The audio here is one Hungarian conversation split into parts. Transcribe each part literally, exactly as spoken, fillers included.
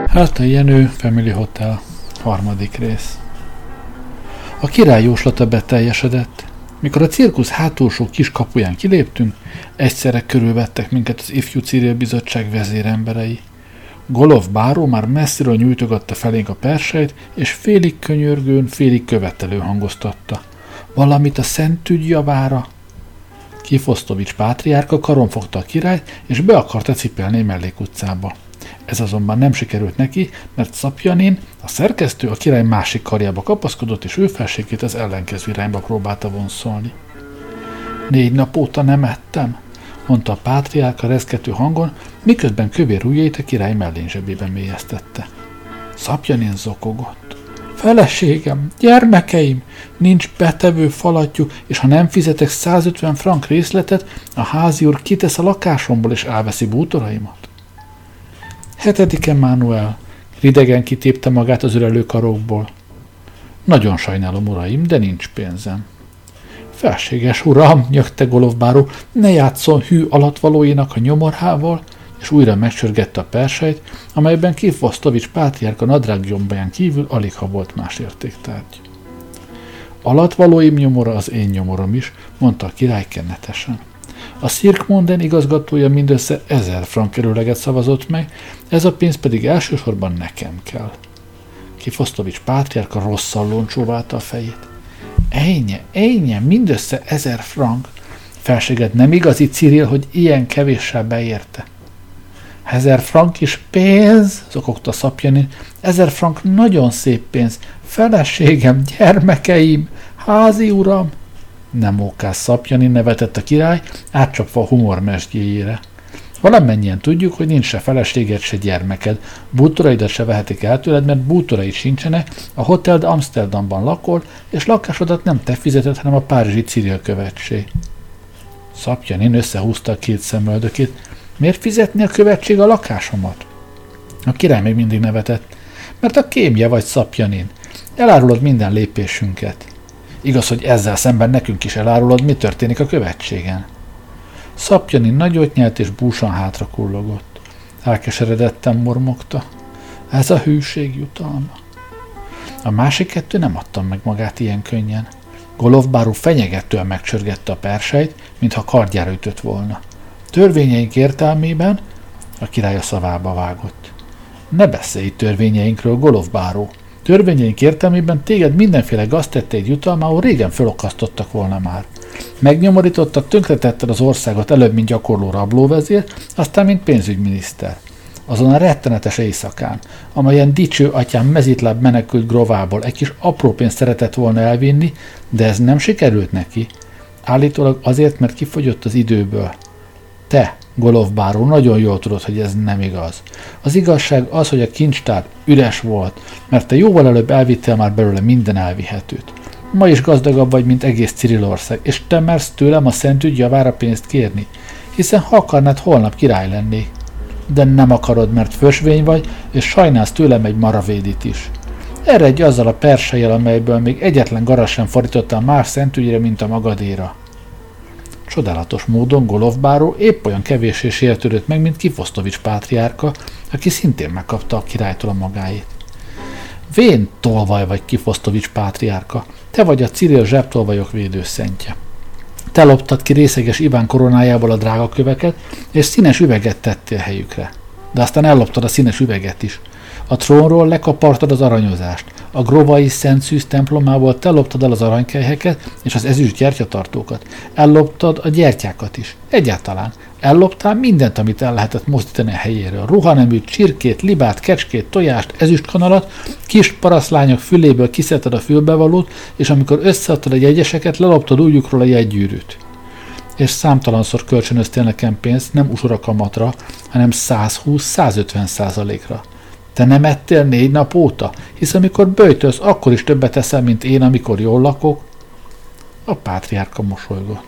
Hát a Jenő Family Hotel, harmadik rész. A király jóslata beteljesedett. Mikor a cirkusz hátulsó kis kapuján kiléptünk, egyszerre körülvettek minket az ifjú Cyril bizottság vezéremberei. Golov báró már messziről nyújtogatta felénk a persejt, és félig könyörgőn, félig követelő hangoztatta. Valamit a szentügy javára. Kifosztovics pátriárka karon fogta a királyt, és be akarta cipelni mellékutcába. Ez azonban nem sikerült neki, mert Szapjanin, a szerkesztő, a király másik karjába kapaszkodott, és ő felségét az ellenkező irányba próbálta vonszolni. Négy nap óta nem ettem, mondta a pátriárka reszkető hangon, miközben kövér ujjait a király mellényzsebébe mélyeztette. Szapjanin zokogott. Feleségem, gyermekeim, nincs betevő falatjuk, és ha nem fizetek százötven frank részletet, a házi úr kitesz a lakásomból, és elveszi bútoraimat. Hetediken Mánuel ridegen kitépte magát az ölelő karokból. Nagyon sajnálom, uraim, de nincs pénzem. Felséges uram, nyögte Golov báró, ne játszon hű alattvalóinak a nyomorhával, és újra megsörgette a persejt, amelyben Kifosztovics pátriárka nadrággyombayán kívül alig ha volt más értéktárgy. Alattvalóim nyomora az én nyomorom is, mondta a király kennetesen. A Cirkmonden igazgatója mindössze ezer frank erőleget szavazott meg, ez a pénz pedig elsősorban nekem kell. Kifosztovics pátriárka rosszallón csóválta a fejét. Ejnye, ejnye, mindössze ezer frank. Felséged, nem igazi, Cyril, hogy ilyen kevéssel beérte. Ezer frank is pénz, zokogta Szapjanin. Ezer frank nagyon szép pénz. Feleségem, gyermekeim, házi uram. Nem mókás Szapjanin, nevetett a király, átcsapva a humor mesdjéjére. Valamennyien tudjuk, hogy nincs se feleséged, se gyermeked. Bútoraidat se vehetik el tőled, mert bútoraid sincsenek, a Hotel de Amsterdamban lakol, és lakásodat nem te fizeted, hanem a párizsi Cyril követség. Szapjanin összehúzta a két szemöldökét. Miért fizetni a követség a lakásomat? A király még mindig nevetett. Mert a kémje vagy, Szapjanin. Elárulod minden lépésünket. Igaz, hogy ezzel szemben nekünk is elárulod, mi történik a követségen. Szapjanin nagyot nyelt és búsan hátra kullogott. Elkeseredetten mormogta. Ez a hűség jutalma. A másik kettő nem adta meg magát ilyen könnyen. Golov báró fenyegetően megcsörgette a persejt, mintha kardjára ütött volna. Törvényeink értelmében a király a szavába vágott. Ne beszélj törvényeinkről, Golov báró. Törvényeink értelmében téged mindenféle gaztetteid jutalmául régen fölakasztottak volna már. Megnyomorítottak, tönkretetted az országot előbb, mint gyakorló rablóvezér, aztán mint pénzügyminiszter. Azon a rettenetes éjszakán, amelyen dicső atyám mezitláb menekült Grovából egy kis apró pénzt szeretett volna elvinni, de ez nem sikerült neki. Állítólag azért, mert kifogyott az időből. Te, Golov báró, nagyon jól tudod, hogy ez nem igaz. Az igazság az, hogy a kincstár üres volt, mert te jóval előbb elvittél már belőle minden elvihetőt. Ma is gazdagabb vagy, mint egész Cyrilország, és te mersz tőlem a szentügy javára pénzt kérni, hiszen ha akarnád, holnap király lennék. De nem akarod, mert fösvény vagy, és sajnálsz tőlem egy maravédit is. Eredj azzal a persejjel, amelyből még egyetlen garas sem fordítottál más szentügyre, mint a magadéra. Csodálatos módon Golov báró épp olyan kevéssé sértődött meg, mint Kifosztovics pátriárka, aki szintén megkapta a királytól a magáét. Vén tolvaj vagy, Kifosztovics pátriárka, te vagy a Cyril zsebtolvajok védőszentje. Te loptad ki részeges Iván koronájából a drágaköveket, és színes üveget tettél helyükre. De aztán elloptad a színes üveget is. A trónról lekapartad az aranyozást. A grovai Szent Szűz templomából te loptad el az aranykelyheket és az ezüst gyertyatartókat. Elloptad a gyertyákat is. Egyáltalán. Elloptál mindent, amit el lehetett mozdítani a helyéről. Ruhaneműt, csirkét, libát, kecskét, tojást, ezüstkanalat, kis parasztlányok füléből kiszedted a fülbevalót, és amikor összeadtad a jegyeseket, leloptad ujjukról a jegygyűrűt. És számtalanszor kölcsönöztél nekem pénzt, nem usura kamatra, hanem százhúsz-százötven százalékra. Te nem ettél négy nap óta, hisz amikor böjtölsz, akkor is többet eszel, mint én, amikor jól lakok. A pátriárka mosolygott.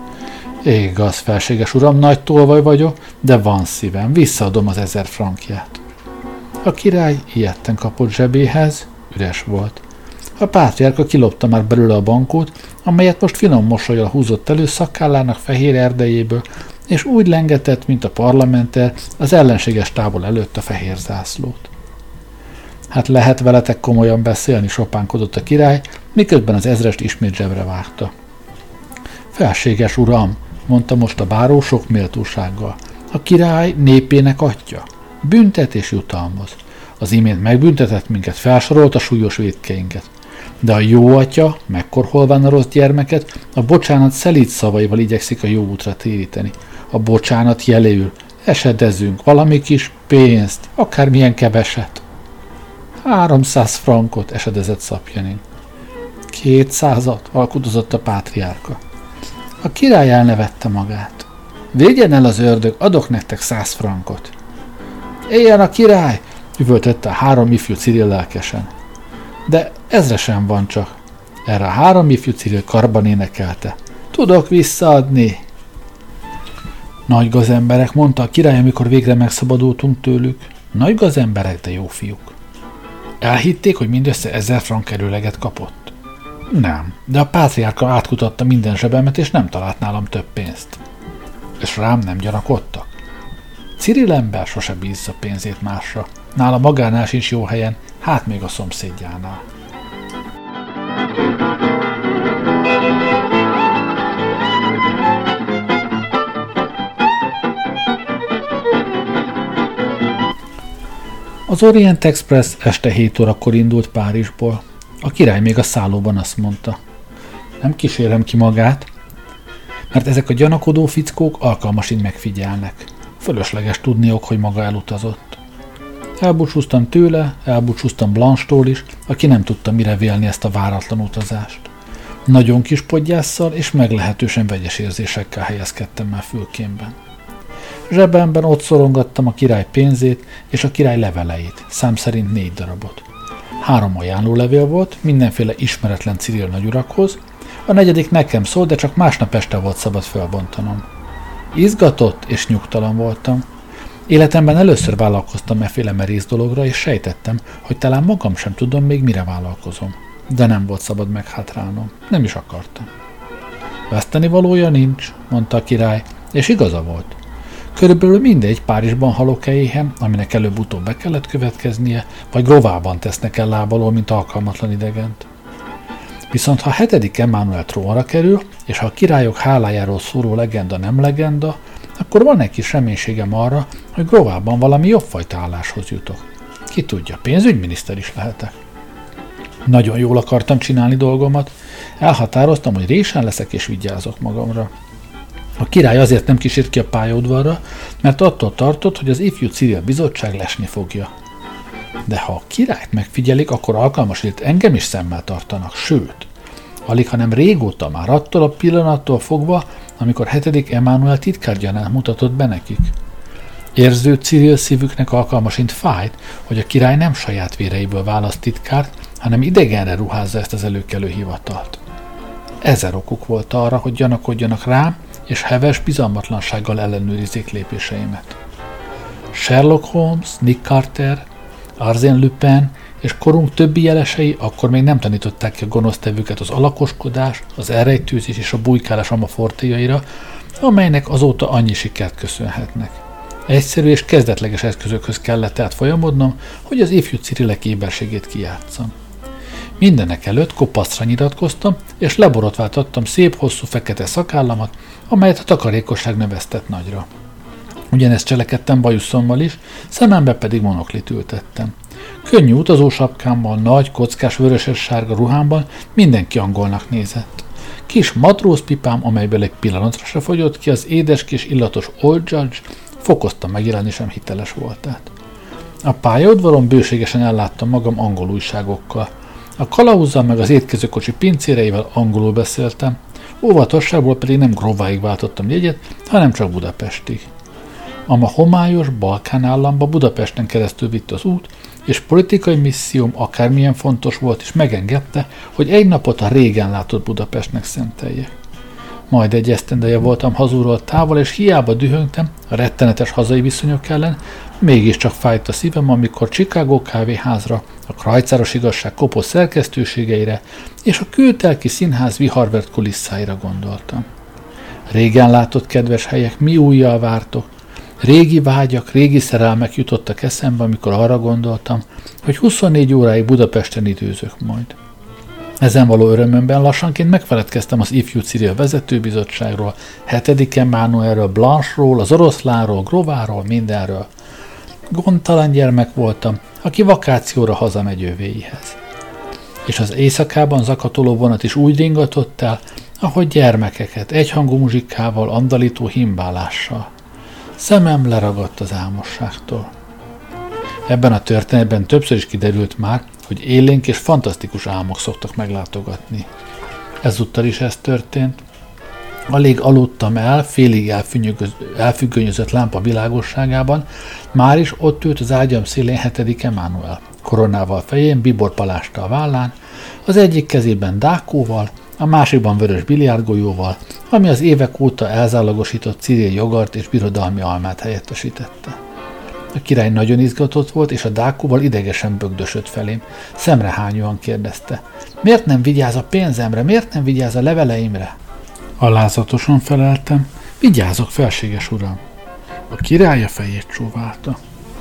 Igaz, felséges uram, nagy tolvaj vagyok, de van szívem, visszaadom az ezer frankját. A király ijedten kapott zsebéhez, üres volt. A pátriárka kilopta már belőle a bankót, amelyet most finom mosollyal húzott elő szakállának fehér erdejéből, és úgy lengetett, mint a parlamenter az ellenséges tábor előtt a fehér zászlót. Hát lehet veletek komolyan beszélni, sopánkodott a király, miközben az ezrest ismét zsebre vágta. Felséges uram, mondta most a báró sok méltósággal. A király népének atya. Büntet és jutalmaz. Az imént megbüntetett minket, felsorolt a súlyos vétkeinket. De a jó atya, megkorholván a rossz gyermeket, a bocsánat szelíd szavaival igyekszik a jó útra téríteni. A bocsánat jeléül esedezzünk valami kis pénzt, akármilyen keveset. Háromszáz frankot, esedezett Szapjanin. Kétszázat, alkudozott a pátriárka. A király elnevette magát. Végjen el az ördög, adok nektek száz frankot. Éljen a király, üvöltette a három ifjú Cyril lelkesen. De ezresen van csak. Erre a három ifjú Cyril karban énekelte. Tudok visszaadni. Nagy gazemberek, mondta a király, amikor végre megszabadultunk tőlük. Nagy gazemberek, de jó fiúk. Elhitték, hogy mindössze ezer frank erőleget kapott? Nem, de a pátriárka átkutatta minden zsebemet, és nem talált nálam több pénzt. És rám nem gyanakodtak? Cyril ember sose bízza pénzét másra. Nála magánál sincs jó helyen, hát még a szomszédjánál. Az Orient Express este hét órakor indult Párizsból. A király még a szállóban azt mondta. Nem kísérem ki magát, mert ezek a gyanakodó fickók alkalmasint megfigyelnek. Fölösleges tudniok, hogy maga elutazott. Elbúcsúztam tőle, elbúcsúztam Blanche-tól is, aki nem tudta mire vélni ezt a váratlan utazást. Nagyon kis podgyásszal és meglehetősen vegyes érzésekkel helyezkedtem el fülkémben. Zsebemben ott szorongattam a király pénzét és a király leveleit, szám szerint négy darabot. Három ajánlólevél volt, mindenféle ismeretlen Cyril nagyurakhoz, a negyedik nekem szólt, de csak másnap este volt szabad felbontanom. Izgatott és nyugtalan voltam. Életemben először vállalkoztam efféle merész dologra, és sejtettem, hogy talán magam sem tudom még mire vállalkozom. De nem volt szabad meghátrálnom. Nem is akartam. Veszteni valója nincs, mondta a király, és igaza volt. Körülbelül mindegy Párizsban halok-e éhen, aminek előbb-utóbb be kellett következnie, vagy grovában tesznek el lábalól, mint alkalmatlan idegent. Viszont ha a hetedik Emmanuel trónra kerül, és ha a királyok hálájáról szóló legenda nem legenda, akkor van egy kis reménységem arra, hogy grovában valami jobb fajta álláshoz jutok. Ki tudja, pénzügyminiszter is lehetek. Nagyon jól akartam csinálni dolgomat, elhatároztam, hogy résen leszek és vigyázok magamra. A király azért nem kísért ki a pályaudvarra, mert attól tartott, hogy az ifjú Cyril bizottság lesni fogja. De ha a királyt megfigyelik, akkor alkalmasint engem is szemmel tartanak, sőt, alig, hanem régóta már attól a pillanattól fogva, amikor hetedik Emmanuel titkárgyanát mutatott be nekik. Érző Cyril szívüknek alkalmasint fájt, hogy a király nem saját véreiből választ titkárt, hanem idegenre ruházza ezt az előkelő hivatalt. Ezer okuk volt arra, hogy gyanakodjanak rám, és heves bizalmatlansággal ellenőrizzék lépéseimet. Sherlock Holmes, Nick Carter, Arsène Lupin és korunk többi jelesei akkor még nem tanították ki a gonosztevőket az alakoskodás, az elrejtőzés és a bujkálás amafortéjaira, amelynek azóta annyi sikert köszönhetnek. Egyszerű és kezdetleges eszközökhöz kellett tehát folyamodnom, hogy az ifjú Cyrilek éberségét kijátszam. Mindenek előtt kopaszra nyilatkoztam, és leborotváltattam szép, hosszú, fekete szakállamat, amelyet a takarékosság növesztett nagyra. Ugyanezt cselekedtem bajuszommal is, szemembe pedig monoklit ültettem. Könnyű utazósapkámmal, nagy, kockás, vöröses-sárga ruhámban mindenki angolnak nézett. Kis matrózpipám, amelyből egy pillanatra se fogyott ki, az édes kis illatos Old Judge fokozta megjelenésem hiteles voltát. A pályaudvaron bőségesen elláttam magam angol újságokkal. A kalauzzal meg az étkezőkocsi pincéreivel angolul beszéltem, óvatosságból pedig nem Grováig váltottam jegyet, hanem csak Budapestig. Ama homályos Balkán államba Budapesten keresztül vitt az út, és politikai misszióm akármilyen fontos volt, és megengedte, hogy egy napot a régen látott Budapestnek szentelje. Majd egy esztendeje voltam hazúról távol, és hiába dühöngtem a rettenetes hazai viszonyok ellen, mégiscsak fájt a szívem, amikor Chicago kávéházra, a krajcáros igazság kopott szerkesztőségeire és a kültelki színház viharvert kulisszáira gondoltam. Régen látott kedves helyek mi újjal vártok, Régi vágyak, régi szerelmek jutottak eszembe, amikor arra gondoltam, hogy huszonnégy óráig Budapesten időzök majd. Ezen való örömömben lassanként megfeledkeztem az ifjú Ciril vezetőbizottságról, hetedik Emmanuelről, Blanche-ról, az oroszlánról, Grováról, mindenről. Gondtalan gyermek voltam, aki vakációra hazamegy övéihez. És az éjszakában zakatoló vonat is úgy ringatott el, ahogy gyermekeket, egyhangú muzsikával, andalító himbálással. Szemem leragadt az álmosságtól. Ebben a történetben többször is kiderült már, hogy élénk és fantasztikus álmok szoktak meglátogatni. Ezúttal is ez történt. Alig aludtam el, félig elfüggönyözött lámpa világosságában, már is ott ült az ágyam szélén hetedik Emmanuel, koronával fején, biborpalásta a vállán, az egyik kezében dákóval, a másikban vörös biliárdgolyóval, ami az évek óta elzálogosított Ciril jogart és birodalmi almát helyettesítette. A király nagyon izgatott volt, és a dákóval idegesen bögdösött felém. Szemrehányóan kérdezte: miért nem vigyáz a pénzemre, miért nem vigyáz a leveleimre? Alázatosan feleltem: vigyázok, felséges uram. A király a fejét csóválta.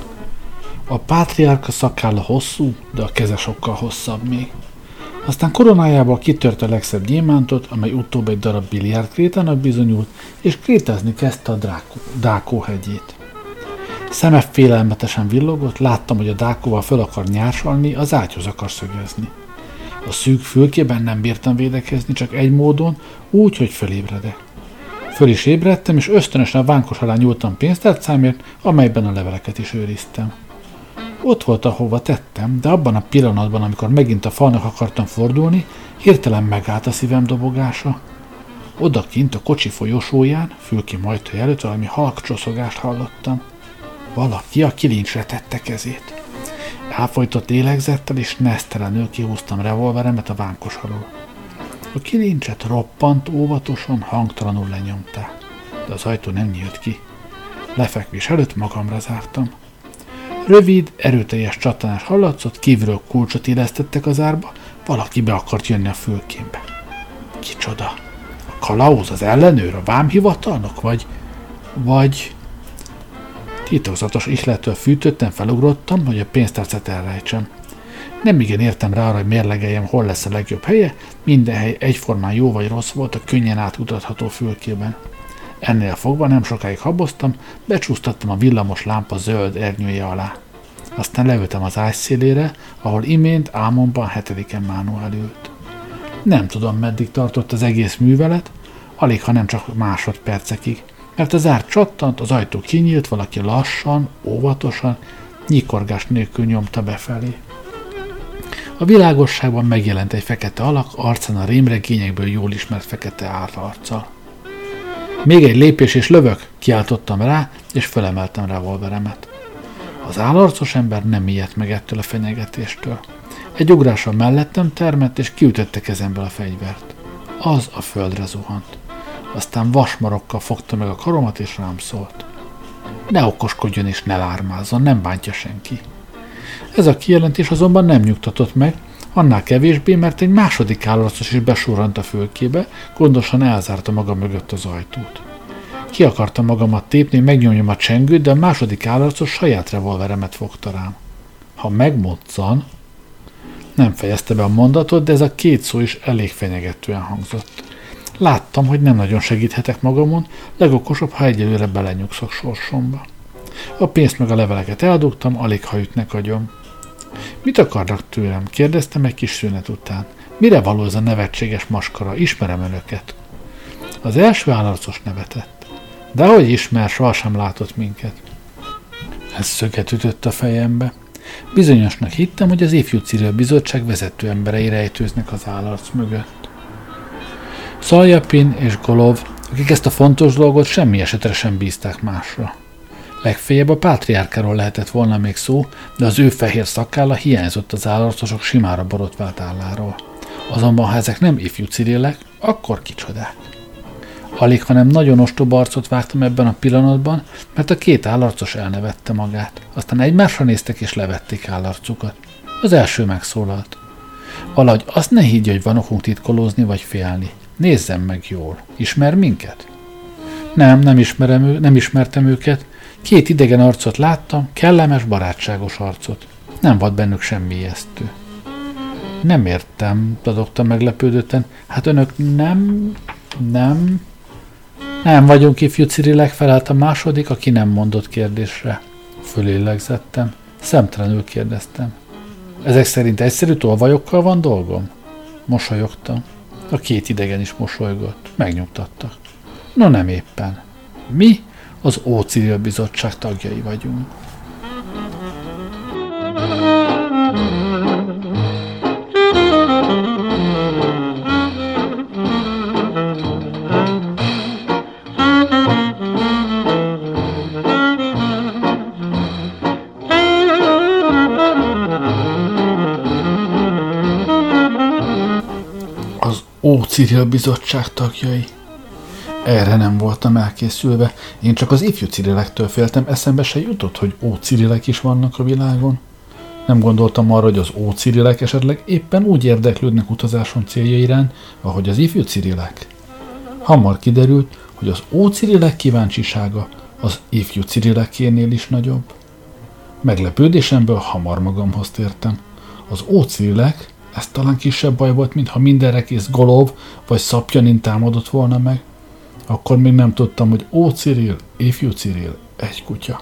A pátriárka szakálla hosszú, de a keze sokkal hosszabb még. Aztán koronájából kitört a legszebb gyémántot, amely utóbb egy darab biliárdkrétának bizonyult, és krétázni kezdte a Dákó, Dákó hegyét. Szeme félelmetesen villogott, láttam, hogy a dákóval föl akar nyársalni, az ágyhoz akar szögezni. A szűk fülkében nem bírtam védekezni, csak egy módon, úgy, hogy fölébredek. Föl is ébredtem, és ösztönösen a vánkos alá nyúltam pénztárcámért, amelyben a leveleket is őriztem. Ott volt, ahova tettem, de abban a pillanatban, amikor megint a falnak akartam fordulni, hirtelen megállt a szívem dobogása. Odakint a kocsi folyosóján, fülkém ajtója előtt valami halk csoszogást hallottam. Valaki a kilincsre tette kezét. Elfojtott lélegzettel és nesztelenül kihúztam revolveremet a vánkos alól. A kilincset roppant, óvatosan, hangtalanul lenyomták, de az ajtó nem nyílt ki. Lefekvés előtt magamra zártam. Rövid, erőteljes csattanás hallatszott, kívülről kulcsot illesztettek az árba, valaki be akart jönni a fülkémbe. Kicsoda? A kalauz, az ellenőr, a vámhivatalnok, vagy... vagy... Titokzatos ihlettől fűtötten felugrottam, hogy a pénztárcát elrejtsem. Nem igen értem rá arra, hogy mérlegeljem, hol lesz a legjobb helye, minden hely egyformán jó vagy rossz volt a könnyen átutatható fülkében. Ennél fogva nem sokáig haboztam, becsúsztattam a villamos lámpa zöld ernyője alá. Aztán leültem az ágy szélére, ahol imént álmomban hetedik Emmanuel ült. Nem tudom, meddig tartott az egész művelet, alig, ha nem csak másodpercekig, mert az ár csattant, az ajtó kinyílt, valaki lassan, óvatosan, nyikorgás nélkül nyomta befelé. A világosságban megjelent egy fekete alak, arcán a rémregényekből jól ismert fekete árarccal. Még egy lépés és lövök, kiáltottam rá, és fölemeltem revolveremet. Az állarcos ember nem ijedt meg ettől a fenyegetéstől. Egy ugrással mellettem termett, és kiütötte kezemből a fegyvert. Az a földre zuhant. Aztán vasmarokkal fogta meg a karomat, és rám szólt. Ne okoskodjon és ne lármázzon, nem bántja senki. Ez a kijelentés azonban nem nyugtatott meg, annál kevésbé, mert egy második állarcos is besurrant a fülkébe, gondosan elzárta maga mögött az ajtót. Ki akartam magamat tépni, megnyomjam a csengőt, de a második állarcos saját revolveremet fogta rám. Ha megmoccan... Nem fejezte be a mondatot, de ez a két szó is elég fenyegetően hangzott. Láttam, hogy nem nagyon segíthetek magamon, legokosabb, ha egyelőre belenyugszok sorsomba. A pénzt meg a leveleket eldugtam, alig ha ütnek agyom. Mit akarnak tőlem? Kérdeztem egy kis szünet után. Mire való ez a nevetséges maskara? Ismerem önöket. Az első állarcos nevetett. Dehogy ismer, sohasem látott minket. Ez szöget ütött a fejembe. Bizonyosnak hittem, hogy az ifjú Ciril bizottság vezető emberei rejtőznek az állarc mögött. Szaljapin és Golov, akik ezt a fontos dolgot semmi esetre sem bízták másra. Legfeljebb a pátriárkáról lehetett volna még szó, de az ő fehér szakálla hiányzott az állarcosok simára borotvált álláról. Azonban, ha ezek nem ifjú Cirilek, akkor kicsodák. Alig, hanem nagyon ostoba arcot vágtam ebben a pillanatban, mert a két állarcos elnevette magát. Aztán egymásra néztek és levették állarcukat. Az első megszólalt. Valahogy azt ne higgye, hogy van okunk titkolózni vagy félni. Nézzem meg jól. Ismer minket? Nem, nem, ismerem ő, nem ismertem őket. Két idegen arcot láttam, kellemes, barátságos arcot. Nem volt bennük semmi ijesztő. Nem értem, dadogtam meglepődötten. Hát önök nem, nem, nem vagyunk ifjú Cirilek, felállt a második, aki nem mondott kérdésre. Fölélegzettem, szemtelenül kérdeztem. Ezek szerint egyszerű tolvajokkal van dolgom? Mosolyogtam. A két idegen is mosolygott. Megnyugtattak. No nem éppen. Mi az Ó Ciril bizottság tagjai vagyunk. Ó Ciril bizottság tagjai. Erre nem voltam elkészülve. Én csak az ifjú Cirilektől féltem, eszembe se jutott, hogy Ó Cirilek is vannak a világon. Nem gondoltam arra, hogy az Ó Cirilek esetleg éppen úgy érdeklődnek utazáson célja iránt, ahogy az ifjú Cirilek. Hamar kiderült, hogy az Ó Cirilek kíváncsisága az ifjú Cirilekénél is nagyobb. Meglepődésemből hamar magamhoz tértem. Az Ó Cirilek, ez talán kisebb baj volt, mintha mindenre kész Golov vagy Szapjanin támadott volna meg. Akkor még nem tudtam, hogy Ó Ciril, ifjú Ciril, egy kutya.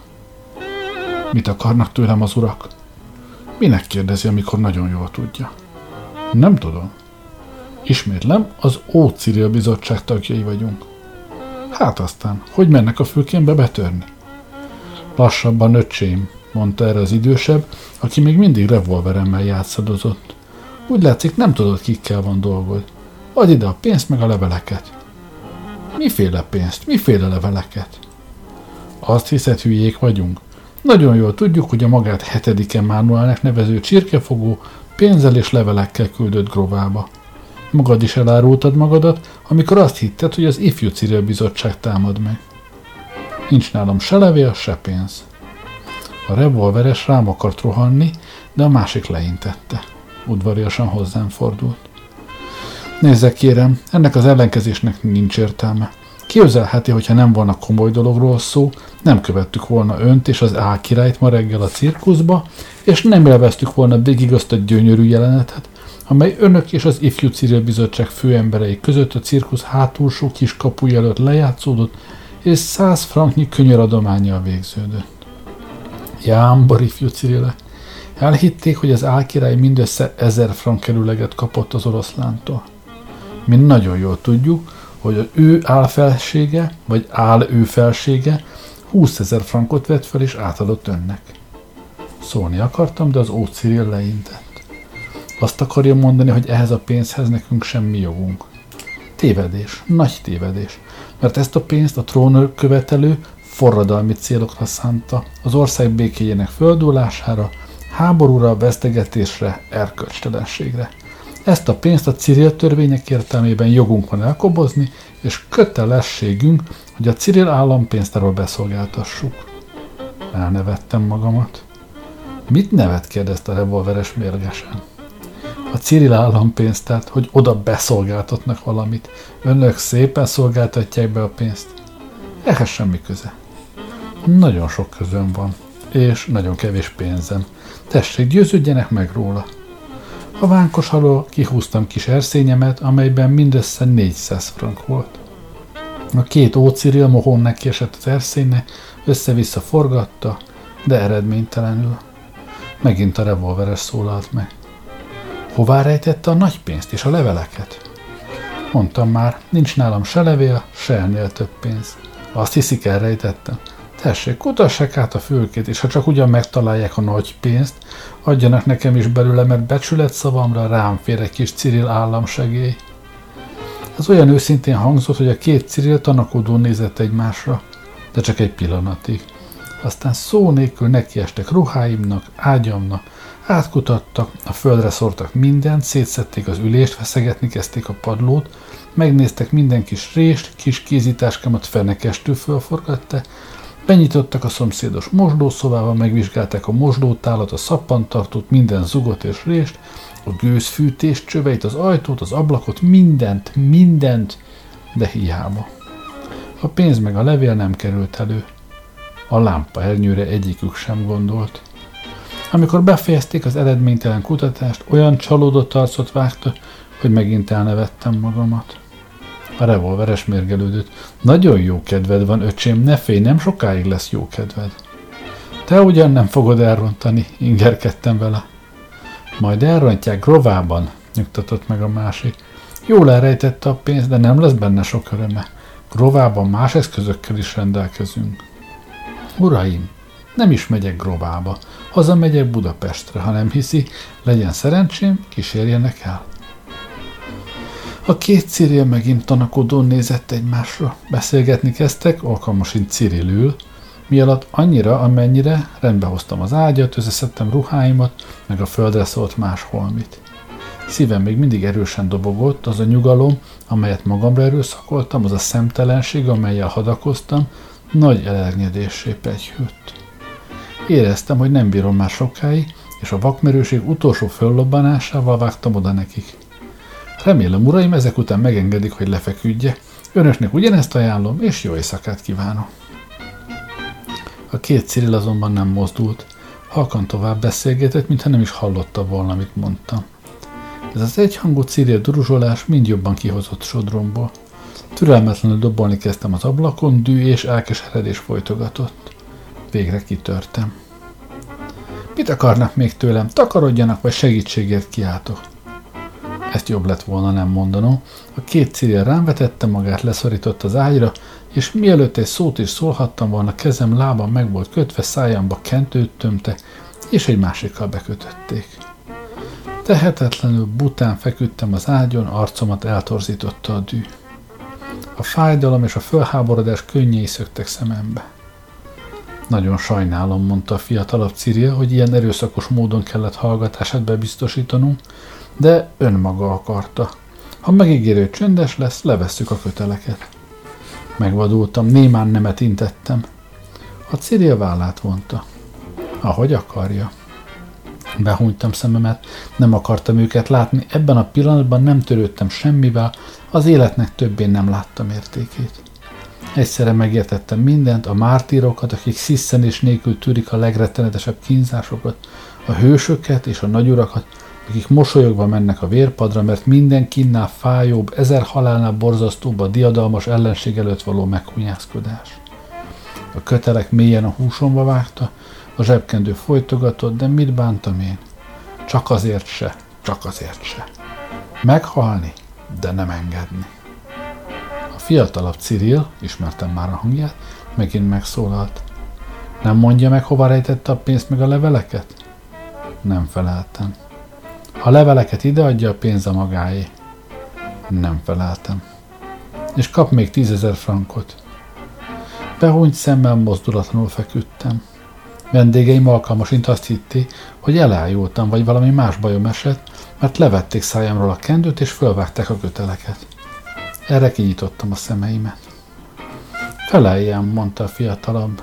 Mit akarnak tőlem az urak? Minek kérdezi, amikor nagyon jól tudja? Nem tudom. Ismétlem, az Ó Ciril bizottság tagjai vagyunk. Hát aztán, hogy mennek a fülkénbe betörni? Lassabban, öcsém, mondta erre az idősebb, aki még mindig revolveremmel játszadozott. Úgy látszik, nem tudod, kikkel van dolgod. Add ide a pénzt meg a leveleket. Miféle pénzt? Miféle leveleket? Azt hiszed, hülyék vagyunk? Nagyon jól tudjuk, hogy a magát hetedik Emmanuelnek nevező csirkefogó pénzzel és levelekkel küldött Grovába. Magad is elárultad magadat, amikor azt hitted, hogy az ifjú Ciril bizottság támad meg. Nincs nálam se levél, se pénz. A revolveres rám akart rohanni, de a másik leintette. Udvariasan hozzám fordult. Nézzek, kérem, ennek az ellenkezésnek nincs értelme. Képzelheti, hogyha nem volna komoly dologról szó, nem követtük volna önt és az álkirályt ma reggel a cirkuszba, és nem élveztük volna végig azt a gyönyörű jelenetet, amely önök és az ifjú Ciril bizottság főemberei között a cirkusz hátulsó kis kapuja előtt lejátszódott, és száz franknyi könyöradománnyal végződött. Jámbor, ifjú Cirilek! Elhitték, hogy az álkirály mindössze ezer frank kerüleget kapott az oroszlántól. Mi nagyon jól tudjuk, hogy az ő álfelsége, vagy áll ő felsége húszezer frankot vett fel és átadott önnek. Szólni akartam, de az Ó Ciril leintett. Azt akarja mondani, hogy ehhez a pénzhez nekünk semmi jogunk. Tévedés, nagy tévedés, mert ezt a pénzt a trónőr követelő forradalmi célokra szánta, az ország békéjének földulására, háborúra, vesztegetésre, erkölcstelenségre. Ezt a pénzt a Ciril törvények értelmében jogunk van elkobozni, és kötelességünk, hogy a Ciril állampénztáról beszolgáltassuk. Elnevettem magamat. Mit nevet, kérdezte a revolveres mérgesen. A Ciril állampénztárt, hogy oda beszolgáltatnak valamit. Önök szépen szolgáltatják be a pénzt. Ehhez semmi köze. Nagyon sok közöm van, és nagyon kevés pénzem. Tessék, győződjenek meg róla. A vánkos alól kihúztam kis erszényemet, amelyben mindössze négyszáz frank volt. A két Ó Ciril mohón neki esett az erszénynek, össze-vissza forgatta, de eredménytelenül. Megint a revolveres szólalt meg. Hová rejtette a nagy pénzt és a leveleket? Mondtam már, nincs nálam se levél, se ennél több pénz. Azt hiszik, elrejtettem. Tessék, kutassák át a fülkét, és ha csak ugyan megtalálják a nagy pénzt, adjanak nekem is belőle, mert becsület szavamra rám fér egy kis Ciril államsegély. Ez olyan őszintén hangzott, hogy a két Ciril tanakodón nézett egymásra, de csak egy pillanatig. Aztán szó nélkül nekiestek ruháimnak, ágyamnak, átkutattak, a földre szórtak mindent, szétszedték az ülést, feszegetni kezdték a padlót, megnéztek minden kis rést, kis kézitáskámat fenekestől fölforgatta, benyitottak a szomszédos mosdószobába, megvizsgálták a mosdótálat, a szappantartót, minden zugot és rést, a gőzfűtés csöveit, az ajtót, az ablakot, mindent, mindent, de hiába. A pénz meg a levél nem került elő. A lámpa ernyőre egyikük sem gondolt. Amikor befejezték az eredménytelen kutatást, olyan csalódott arcot vágta, hogy megint elnevettem magamat. A revolveres mérgelődött. Nagyon jó kedved van, öcsém, ne félj, nem sokáig lesz jó kedved. Te ugyan nem fogod elrontani, ingerkedtem vele. Majd elrontják Grovában, nyugtatott meg a másik. Jól elrejtette a pénzt, de nem lesz benne sok öröme. Grovában más eszközökkel is rendelkezünk. Uraim, nem is megyek Grovába, hazamegyek Budapestre, ha nem hiszi, legyen szerencsém, kísérjenek el. A két Cyril megint tanakodón nézett egymásra. Beszélgetni kezdtek, alkalmasint Cyril ül, mi alatt annyira, amennyire rendbe hoztam az ágyat, összeszedtem ruháimat, meg a földre szólt más holmit. Szívem még mindig erősen dobogott, az a nyugalom, amelyet magamra erőszakoltam, az a szemtelenség, amellyel hadakoztam, nagy elernyedéssé pegyhült. Éreztem, hogy nem bírom már sokáig, és a vakmerőség utolsó föllobbanásával vágtam oda nekik. Remélem, uraim, ezek után megengedik, hogy lefeküdjek. Önöknek ugyanezt ajánlom, és jó éjszakát kívánok. A két Cyril azonban nem mozdult. Halkan tovább beszélgetett, mintha nem is hallotta volna, amit mondtam. Ez az egyhangú Cyril duruzsolás mind jobban kihozott sodromból. Türelmetlenül dobolni kezdtem az ablakon, dű és elkeseredés folytogatott. Végre kitörtem. Mit akarnak még tőlem? Takarodjanak, vagy segítségért kiáltok. Ezt jobb lett volna nem mondanom. A két Cyril rám vetette magát, leszorított az ágyra, és mielőtt egy szót is szólhattam volna, kezem, lábam meg volt kötve, szájamba kentőt tömte, és egy másikkal bekötötték. Tehetetlenül bután feküdtem az ágyon, arcomat eltorzította a dű. A fájdalom és a fölháborodás könnyei szöktek szemembe. Nagyon sajnálom, mondta a fiatalabb Cyril, hogy ilyen erőszakos módon kellett hallgatását bebiztosítanunk, de önmaga akarta. Ha megígérő, hogy csöndes lesz, levesszük a köteleket. Megvadultam, némán nemet intettem. A Cyril vállát vonta. Ahogy akarja. Behúnytam szememet, nem akartam őket látni, ebben a pillanatban nem törődtem semmivel, az életnek többé nem láttam értékét. Egyszerre megértettem mindent, a mártírokat, akik sziszenés nélkül tűrik a legrettenetesebb kínzásokat, a hősöket és a nagyurakat, akik mosolyogva mennek a vérpadra, mert minden kinnál fájóbb, ezer halálnál borzasztóbb a diadalmas ellenség előtt való meghunyászkodás. A kötelek mélyen a húsomba vágta, a zsebkendő folytogatott, de mit bántam én? Csak azért se, csak azért se. Meghalni, de nem engedni. A fiatalabb Cyril, ismertem már a hangját, megint megszólalt. Nem mondja meg, hova rejtette a pénzt meg a leveleket? Nem feleltem. Ha leveleket ideadja, a pénz a magáé. Nem feleltem. És kap még tízezer frankot. Behúnyt szemmel mozdulatlanul feküdtem. Vendégeim alkalmasint azt hitték, hogy elájultam, vagy valami más bajom esett, mert levették szájamról a kendőt, és fölvágták a köteleket. Erre kinyitottam a szemeimet. Feleljem, mondta a fiatalabb.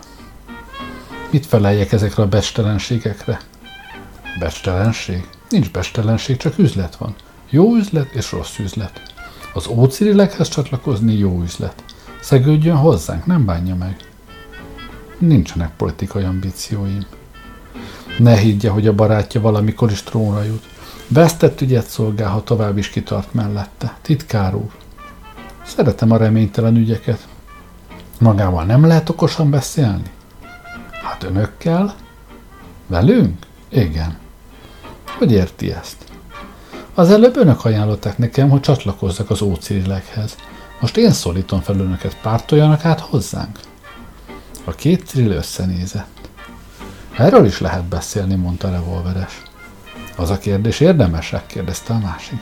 Mit feleljek ezekre a becstelenségekre? Becstelenség? Nincs becstelenség, csak üzlet van. Jó üzlet és rossz üzlet. Az ócirilekhez csatlakozni jó üzlet. Szegődjön hozzánk, nem bánja meg. Nincsenek politikai ambícióim. Ne higgye, hogy a barátja valamikor is trónra jut. Vesztett ügyet szolgál, ha tovább is kitart mellette. Titkár úr. Szeretem a reménytelen ügyeket. Magával nem lehet okosan beszélni? Hát önökkel? Velünk? Igen. Hogy érti ezt? Az előbb önök ajánlották nekem, hogy csatlakozzak az ócirilekhez. Most én szólítom fel önöket, pártoljanak át hozzánk. A két Cyril összenézett. Erről is lehet beszélni, mondta a revolveres. Az a kérdés érdemesek? Kérdezte a másik.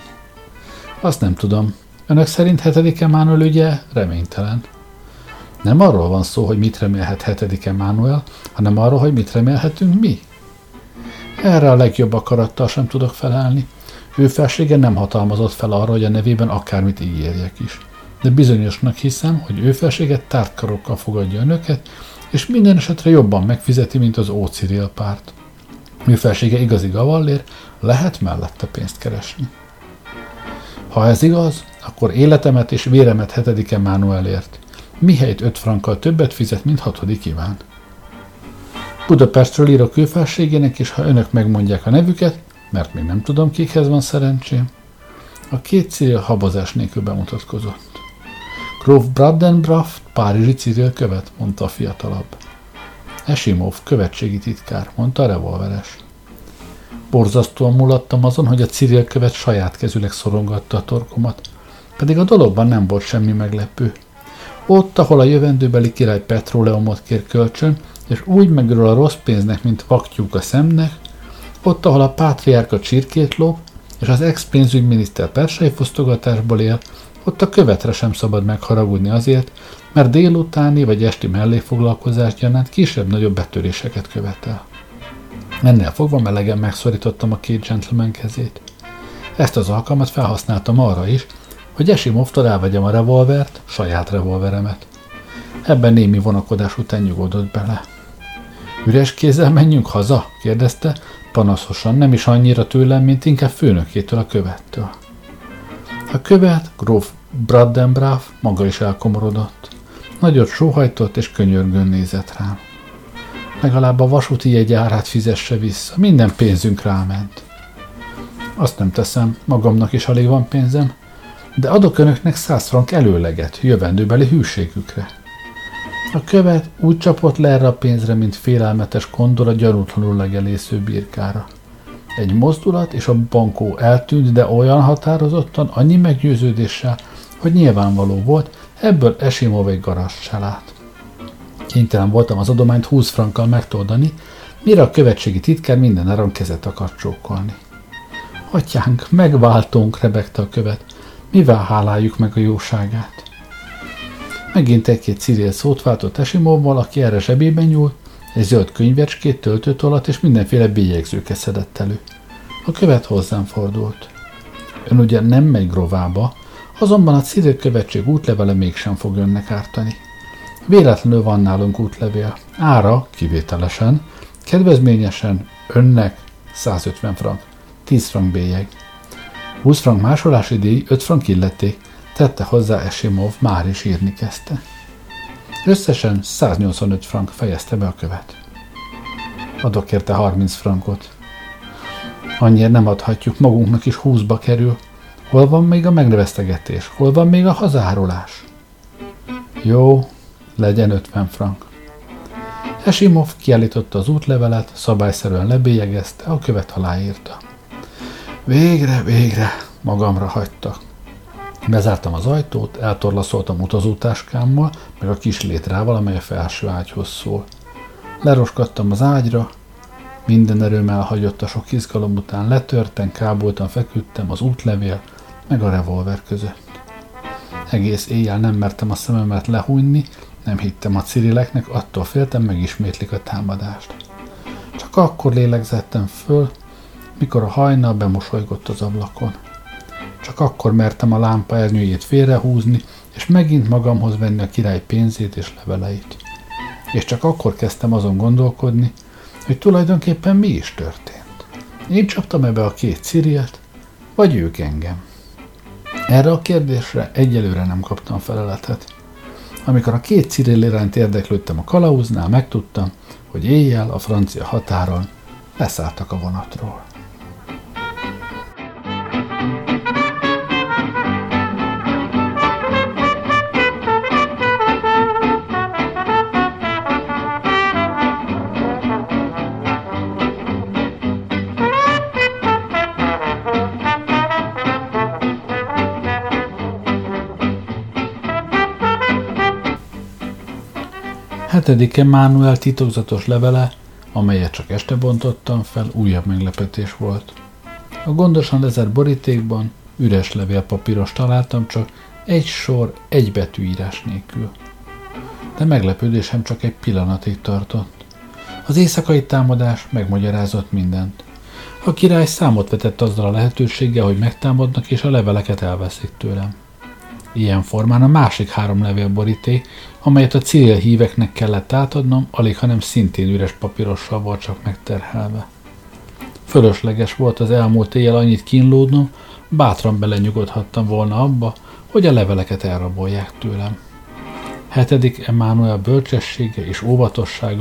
Azt nem tudom. Önök szerint hetedik Emánuel ügye reménytelen. Nem arról van szó, hogy mit remélhet hetedik Emánuel, hanem arról, hogy mit remélhetünk mi. Erre a legjobb akarattal sem tudok felelni. Ő felsége nem hatalmazott fel arra, hogy a nevében akármit ígérjek is. De bizonyosnak hiszem, hogy ő felsége tárt karokkal fogadja önöket, és minden esetre jobban megfizeti, mint az Óciril párt. Ő felsége igazi gavallér, lehet mellette pénzt keresni. Ha ez igaz, akkor életemet és véremet hetedik Emánuelért. Mihelyt öt frankkal többet fizet, mint hatodik Iván. Budapestről írok külfelségének, és ha önök megmondják a nevüket, mert még nem tudom, kikhez van szerencsém. A két Cyril habozás nélkül bemutatkozott. Gróf Braddenbraft, párizsi Cyril követ, mondta a fiatalabb. Esimov, követségi titkár, mondta a revolveres. Borzasztóan mulattam azon, hogy a Cyril követ saját kezüleg szorongatta a torkomat, pedig a dologban nem volt semmi meglepő. Ott, ahol a jövendőbeli király petróleumot kér kölcsön, és úgy megörül a rossz pénznek, mint vaktyúk a szemnek, ott, ahol a pátriárka csirkét lop, és az ex-pénzügyminiszter persei fosztogatásból él, ott a követre sem szabad megharagudni azért, mert délutáni vagy esti mellékfoglalkozás gyanánt kisebb-nagyobb betöréseket követel. Ennél fogva melegen megszorítottam a két gentleman kezét. Ezt az alkalmat felhasználtam arra is, hogy Esimovtól elvegyem a revolvert, saját revolveremet. Ebben némi vonakodás után nyugodott bele. Üres kézzel menjünk haza? Kérdezte, panaszosan, nem is annyira tőlem, mint inkább főnökétől, a követtől. A követ, gróf Braddenbraft maga is elkomorodott. Nagyot sóhajtott és könyörgőn nézett rám. Legalább a vasúti jegy árát fizesse vissza, minden pénzünk ráment. Azt nem teszem, magamnak is alig van pénzem, de adok önöknek száz frank előleget, jövendőbeli hűségükre. A követ úgy csapott le erre a pénzre, mint félelmetes kondor a gyanútlanul legelésző birkára. Egy mozdulat, és a bankó eltűnt, de olyan határozottan, annyi meggyőződéssel, hogy nyilvánvaló volt, ebből Esimov egy garast se lát. Kénytelen voltam az adományt húsz frankkal megtoldani, mire a követségi titkár minden áron kezet akart csókolni. Atyánk, megváltunk, rebegte a követ. Mivel háláljuk meg a jóságát? Megint egy-két Cyril szót váltott Esimovval, aki erre zsebében nyúlt, egy zöld könyvecskét, töltőtollat és mindenféle bélyegzőket szedett elő. A követ hozzám fordult. Ön ugye nem megy Grovába, azonban a Cyril követség útlevele mégsem fog önnek ártani. Véletlenül van nálunk útlevél. Ára, kivételesen, kedvezményesen, önnek százötven frank, tíz frank bélyeg. húsz frank másolási díj, öt frank illeték, tette hozzá Esimov, már is írni kezdte. Összesen száznyolcvanöt frank, fejezte be a követ. Adok érte harminc frankot. Annyira nem adhatjuk, magunknak is húszba kerül. Hol van még a megneveztegetés? Hol van még a hazárolás? Jó, legyen ötven frank. Esimov kiállította az útlevelet, szabályszerűen lebélyegezte, a követ aláírta. Végre, végre, magamra hagyta. Bezártam az ajtót, eltorlaszoltam utazótáskámmal, meg a kis létrával, amely a felső ágyhoz szól. Leroskadtam az ágyra, minden erőm elhagyott a sok izgalom után, letörten, káboltan feküdtem az útlevél, meg a revolver között. Egész éjjel nem mertem a szememet lehújni, nem hittem a Cyrileknek, attól féltem, megismétlik a támadást. Csak akkor lélegzettem föl, mikor a hajnal bemosolygott az ablakon. Csak akkor mertem a lámpa ernyőjét félrehúzni, és megint magamhoz venni a király pénzét és leveleit. És csak akkor kezdtem azon gondolkodni, hogy tulajdonképpen mi is történt. Én csaptam ebbe a két Cyrilt, vagy ők engem? Erre a kérdésre egyelőre nem kaptam feleletet. Amikor a két Cyril iránt érdeklődtem a kalauznál, megtudtam, hogy éjjel a francia határon leszálltak a vonatról. Hetedike Mánuel titokzatos levele, amelyet csak este bontottam fel, újabb meglepetés volt. A gondosan lezárt borítékban üres levélpapíros találtam, csak egy sor, egy betűírás nélkül. De meglepődésem csak egy pillanatig tartott. Az éjszakai támadás megmagyarázott mindent. A király számot vetett azzal a lehetőséggel, hogy megtámadnak és a leveleket elveszik tőlem. Ilyen formán a másik három levélboríték, amelyet a Cyril híveknek kellett átadnom, alig hanem szintén üres papírossal volt csak megterhelve. Fölösleges volt az elmúlt éjjel annyit kínlódnom, bátran belenyugodhattam volna abba, hogy a leveleket elrabolják tőlem. Hetedik Emmanuel bölcsessége és óvatossága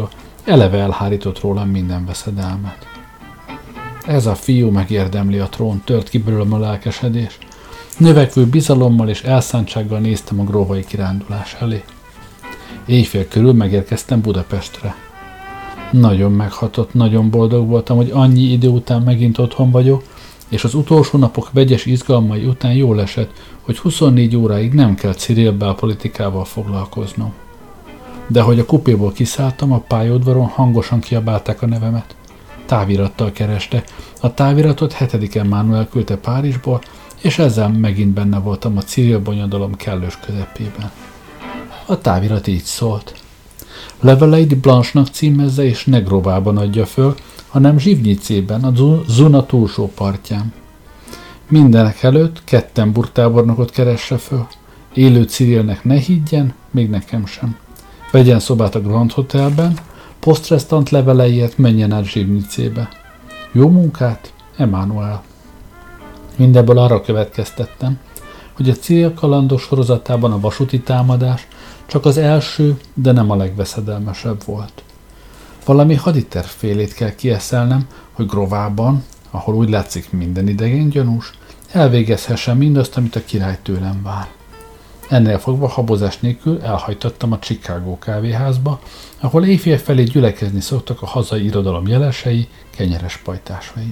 eleve elhárított rólam minden veszedelmet. Ez a fiú megérdemli a trón, tört ki belőlem a lelkesedés. Növekvő bizalommal és elszántsággal néztem a gróvai kirándulás elé. Éjfél körül megérkeztem Budapestre. Nagyon meghatott, nagyon boldog voltam, hogy annyi idő után megint otthon vagyok, és az utolsó napok vegyes izgalmai után jól esett, hogy huszonnégy óráig nem kell Cyril belpolitikával foglalkoznom. De hogy a kupéból kiszálltam, a pályaudvaron hangosan kiabálták a nevemet. Távirattal kereste. A táviratot hetedike Mánuel küldte Párizsból, és ezzel megint benne voltam a Cyril bonyodalom kellős közepében. A távirat így szólt. Leveleit Blanche-nak címezze és Negrovában adja föl, hanem Zsivnyicében, a Zuna túlsó partján. Mindenek előtt Kettenburg tábornokot keresse föl. Élő Cyrilnek ne higgyen, még nekem sem. Vegyen szobát a Grand Hotelben, posztrestant leveleiért menjen át Zsivnyicébe. Jó munkát, Emmanuel. Mindebből arra következtettem, hogy a Cyril kalandos sorozatában a vasúti támadás csak az első, de nem a legveszedelmesebb volt. Valami haditervfélét kell kieszelnem, hogy Grovában, ahol úgy látszik minden idegen gyanús, elvégezhessem mindazt, amit a király tőlem vár. Ennél fogva habozás nélkül elhajtottam a Chicago kávéházba, ahol éjfél felé gyülekezni szoktak a hazai irodalom jelesei, kenyeres pajtásai.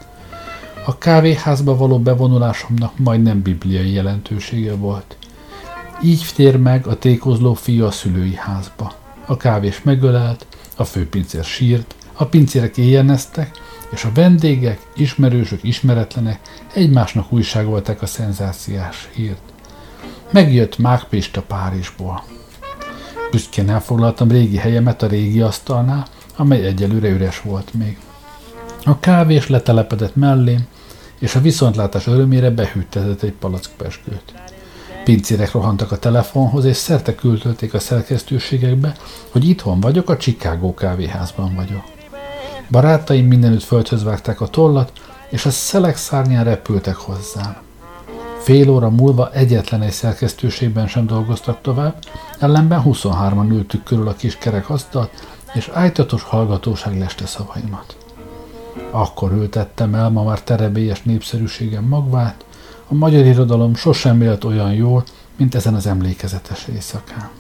A kávéházba való bevonulásomnak majdnem bibliai jelentősége volt. Így tér meg a tékozló fiú a szülői házba. A kávés megölelt, a főpincér sírt, a pincérek éjjeneztek, és a vendégek, ismerősök, ismeretlenek egymásnak újságolták a szenzációs hírt. Megjött Mák Pista Párizsból. Büszkén elfoglaltam régi helyemet a régi asztalnál, amely egyelőre üres volt még. A kávés letelepedett mellém, és a viszontlátás örömére behűtetett egy palack pezsgőt. Pincérek rohantak a telefonhoz, és szerte küldölték a szerkesztőségekbe, hogy itthon vagyok, a Chicago kávéházban vagyok. Barátaim mindenütt földhöz vágták a tollat, és a szelek szárnyán repültek hozzám. Fél óra múlva egyetlen egy szerkesztőségben sem dolgoztak tovább, ellenben huszonhárman ültük körül a kis kerek asztalt, és ájtatos hallgatóság leste szavaimat. Akkor ültettem el ma már terebélyes népszerűségem magvát, a magyar irodalom sosem élt olyan jól, mint ezen az emlékezetes éjszakán.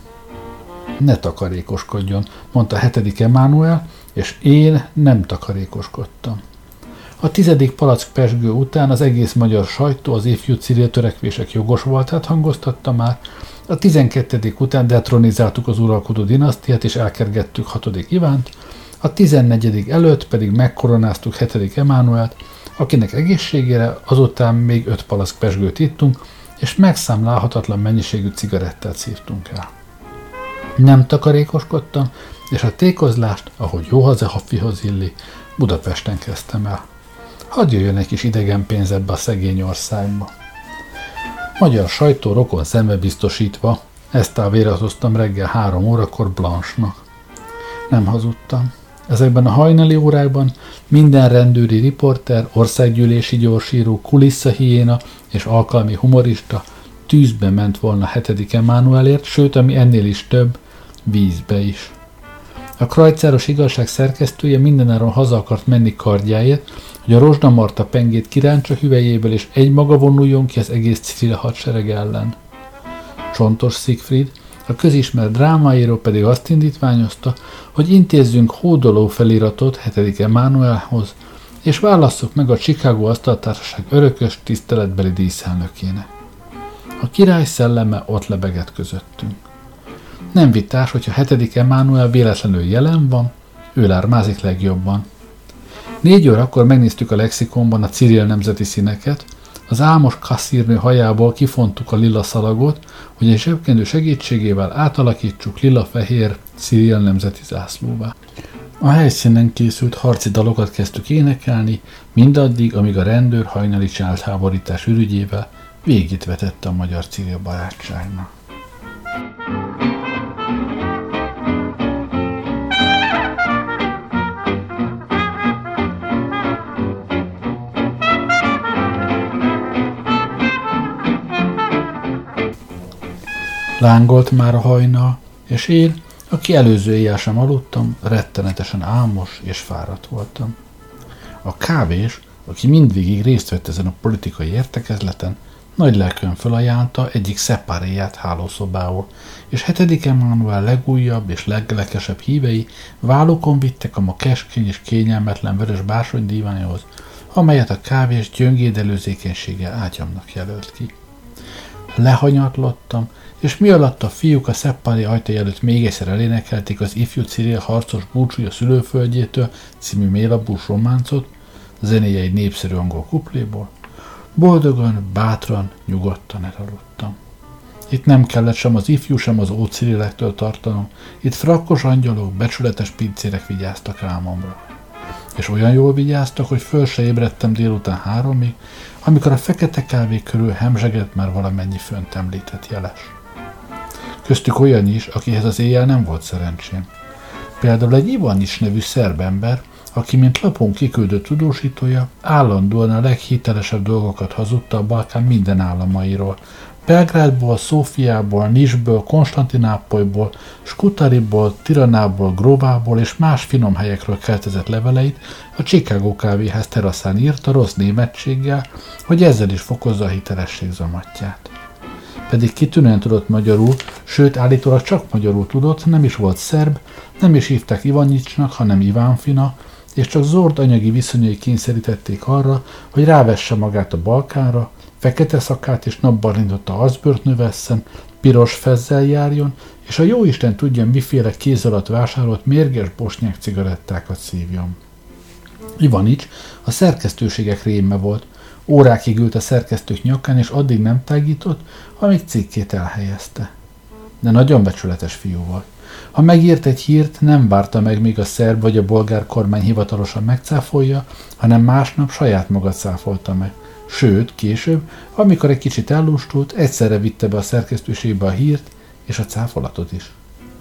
Ne takarékoskodjon, mondta hetedik Emmanuel, és én nem takarékoskodtam. A tizedik palack pezsgő után az egész magyar sajtó az ifjú Cyril törekvések jogos voltát hangoztatta már, a tizenkettedik után detronizáltuk az uralkodó dinasztiát és elkergettük hatodik Ivánt, a tizennegyedik előtt pedig megkoronáztuk hetedik Emmanuelt, akinek egészségére azután még öt palack pezsgőt ittunk, és megszámlálhatatlan mennyiségű cigarettát szívtunk el. Nem takarékoskodtam, és a tékozlást, ahogy jó hazafihoz illi, Budapesten kezdtem el. Hadd jöjjön egy kis idegen pénz ebbe a szegény országba. Magyar sajtó rokon szembe biztosítva, ezt elvératoztam reggel három órakor Blanche-nak. Nem hazudtam. Ezekben a hajnali órákban minden rendőri riporter, országgyűlési gyorsíró, kulisszahiéna és alkalmi humorista tűzbe ment volna hetedik Emmanuelért, sőt, ami ennél is több, vízbe is. A krajcáros igazság szerkesztője mindenáron haza akart menni kardjáért, hogy a Rozsda Marta pengét kirántsa hüvelyéből, és egymaga vonuljon ki az egész Cyril hadsereg ellen. Csontos Siegfried, a közismert drámaíró pedig azt indítványozta, hogy intézzünk hódoló feliratot hetedik Emmanuelhoz, és válasszuk meg a Chicago Asztaltársaság örökös tiszteletbeli díszelnökének. A király szelleme ott lebegett közöttünk. Nem vitás, hogyha hetedik Emmanuel véletlenül jelen van, ő lármázik legjobban. Négy órakor megnéztük a lexikonban a Cyril nemzeti színeket, az álmos kasszírnő hajából kifontuk a lila szalagot, hogy egy zsebkendő segítségével átalakítsuk lila-fehér Cyril nemzeti zászlóvá. A helyszínen készült harci dalokat kezdtük énekelni, mindaddig, amíg a rendőr hajnali cseltáborítás ürügyével végét vetette a magyar Cyril barátságnak. Lángolt már a hajnal, és én aki előző éjjel sem aludtam, rettenetesen álmos és fáradt voltam. A kávés, aki mindvégig részt vett ezen a politikai értekezleten, nagy lelkön felajánlta egyik szeppáréját hálószobául, és hetedik Emmanuel legújabb és leglelkesebb hívei vállukon vittek a ma keskeny és kényelmetlen vörös bársonydíványhoz, amelyet a kávés gyöngéd előzékenysége ágyamnak jelölt ki. Lehanyatlottam, és mi alatt a fiúk a szeppári ajtaj előtt még egyszer elénekelték az Ifjú Cyril harcos búcsúja szülőföldjétől című mélabús románcot, zenéje egy népszerű angol kupléból, boldogan, bátran, nyugodtan elaludtam. Itt nem kellett sem az ifjú, sem az ócirilektől tartanom, itt frakkos angyalok, becsületes pincérek vigyáztak álmomra. És olyan jól vigyáztak, hogy föl se ébredtem délután háromig, amikor a fekete kávé körül hemzsegett már valamennyi fönt említett jeles. Köztük olyan is, akihez az éjjel nem volt szerencsém. Például egy Ivanics nevű szerb ember, aki mint lapon kiküldött tudósítója, állandóan a leghitelesebb dolgokat hazudta a Balkán minden államairól. Belgrádból, Szófiából, Nisből, Konstantinápolyból, Skutariból, Tiranából, Gróvából és más finom helyekről keltezett leveleit a Chicago kávéház teraszán írta rossz németséggel, hogy ezzel is fokozza a hitelesség zamatját. Pedig kitűnően tudott magyarul, sőt állítólag csak magyarul tudott, nem is volt szerb, nem is hívták Ivanicsnak, hanem Ivánfina, és csak zord anyagi viszonyai kényszerítették arra, hogy rávesse magát a Balkánra, fekete szakát és napban rintotta arcbőrt növesszen, piros fezzel járjon, és a jóisten tudja, miféle kéz alatt vásárolt mérges bosnyák cigarettákat szívjon. Ivanics a szerkesztőségek réme volt, órákig ült a szerkesztők nyakán, és addig nem tágított, amíg cikkét elhelyezte. De nagyon becsületes fiú volt. Ha megírt egy hírt, nem várta meg, míg a szerb vagy a bolgár kormány hivatalosan megcáfolja, hanem másnap saját maga cáfolta meg. Sőt, később, amikor egy kicsit ellustult, egyszerre vitte be a szerkesztőségbe a hírt és a cáfolatot is.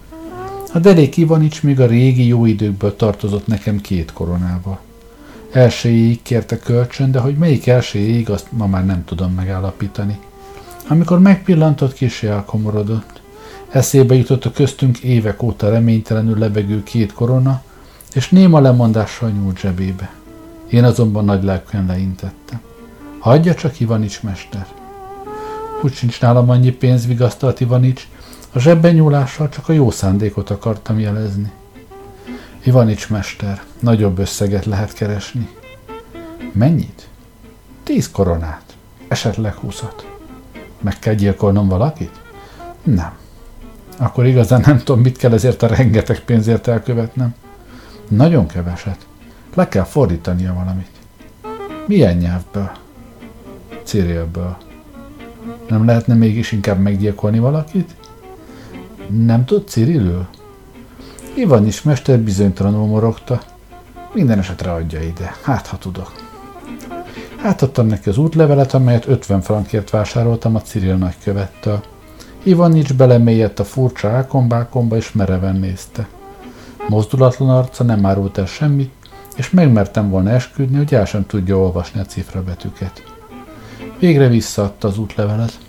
A derék Ivanics még a régi jó időkből tartozott nekem két koronával. Elsőjéig kérte kölcsön, de hogy melyik elsőjéig, azt ma már nem tudom megállapítani. Amikor megpillantott, kissé elkomorodott. Eszébe jutott a köztünk évek óta reménytelenül lebegő két korona, és néma lemondással nyúlt zsebébe. Én azonban nagy lelkűen leintettem. Hagyja csak, Ivanics mester. Úgy sincs nálam annyi pénz, vigasztalt Ivanics, a zsebben nyúlással csak a jó szándékot akartam jelezni. Ivanics mester, nagyobb összeget lehet keresni. Mennyit? Tíz koronát, esetleg húszat. Meg kell gyilkolnom valakit? Nem. Akkor igazán nem tudom, mit kell ezért a rengeteg pénzért elkövetnem. Nagyon keveset. Le kell fordítania valamit. Milyen nyelvből? Cirilből. Nem lehetne mégis inkább meggyilkolni valakit? Nem tud cirilül? Ivanics mester bizonytalanul morogta. Minden esetre adja ide. Hát, ha tudok. Átadtam neki az útlevelet, amelyet ötven frankért vásároltam a Ciril nagykövettől. Ivanics belemélyedt a furcsa álkombákomba, és mereven nézte. Mozdulatlan arca nem árult el semmit, és megmertem volna esküdni, hogy el sem tudja olvasni a cifrabetűket. Végre visszaadta az útlevelet.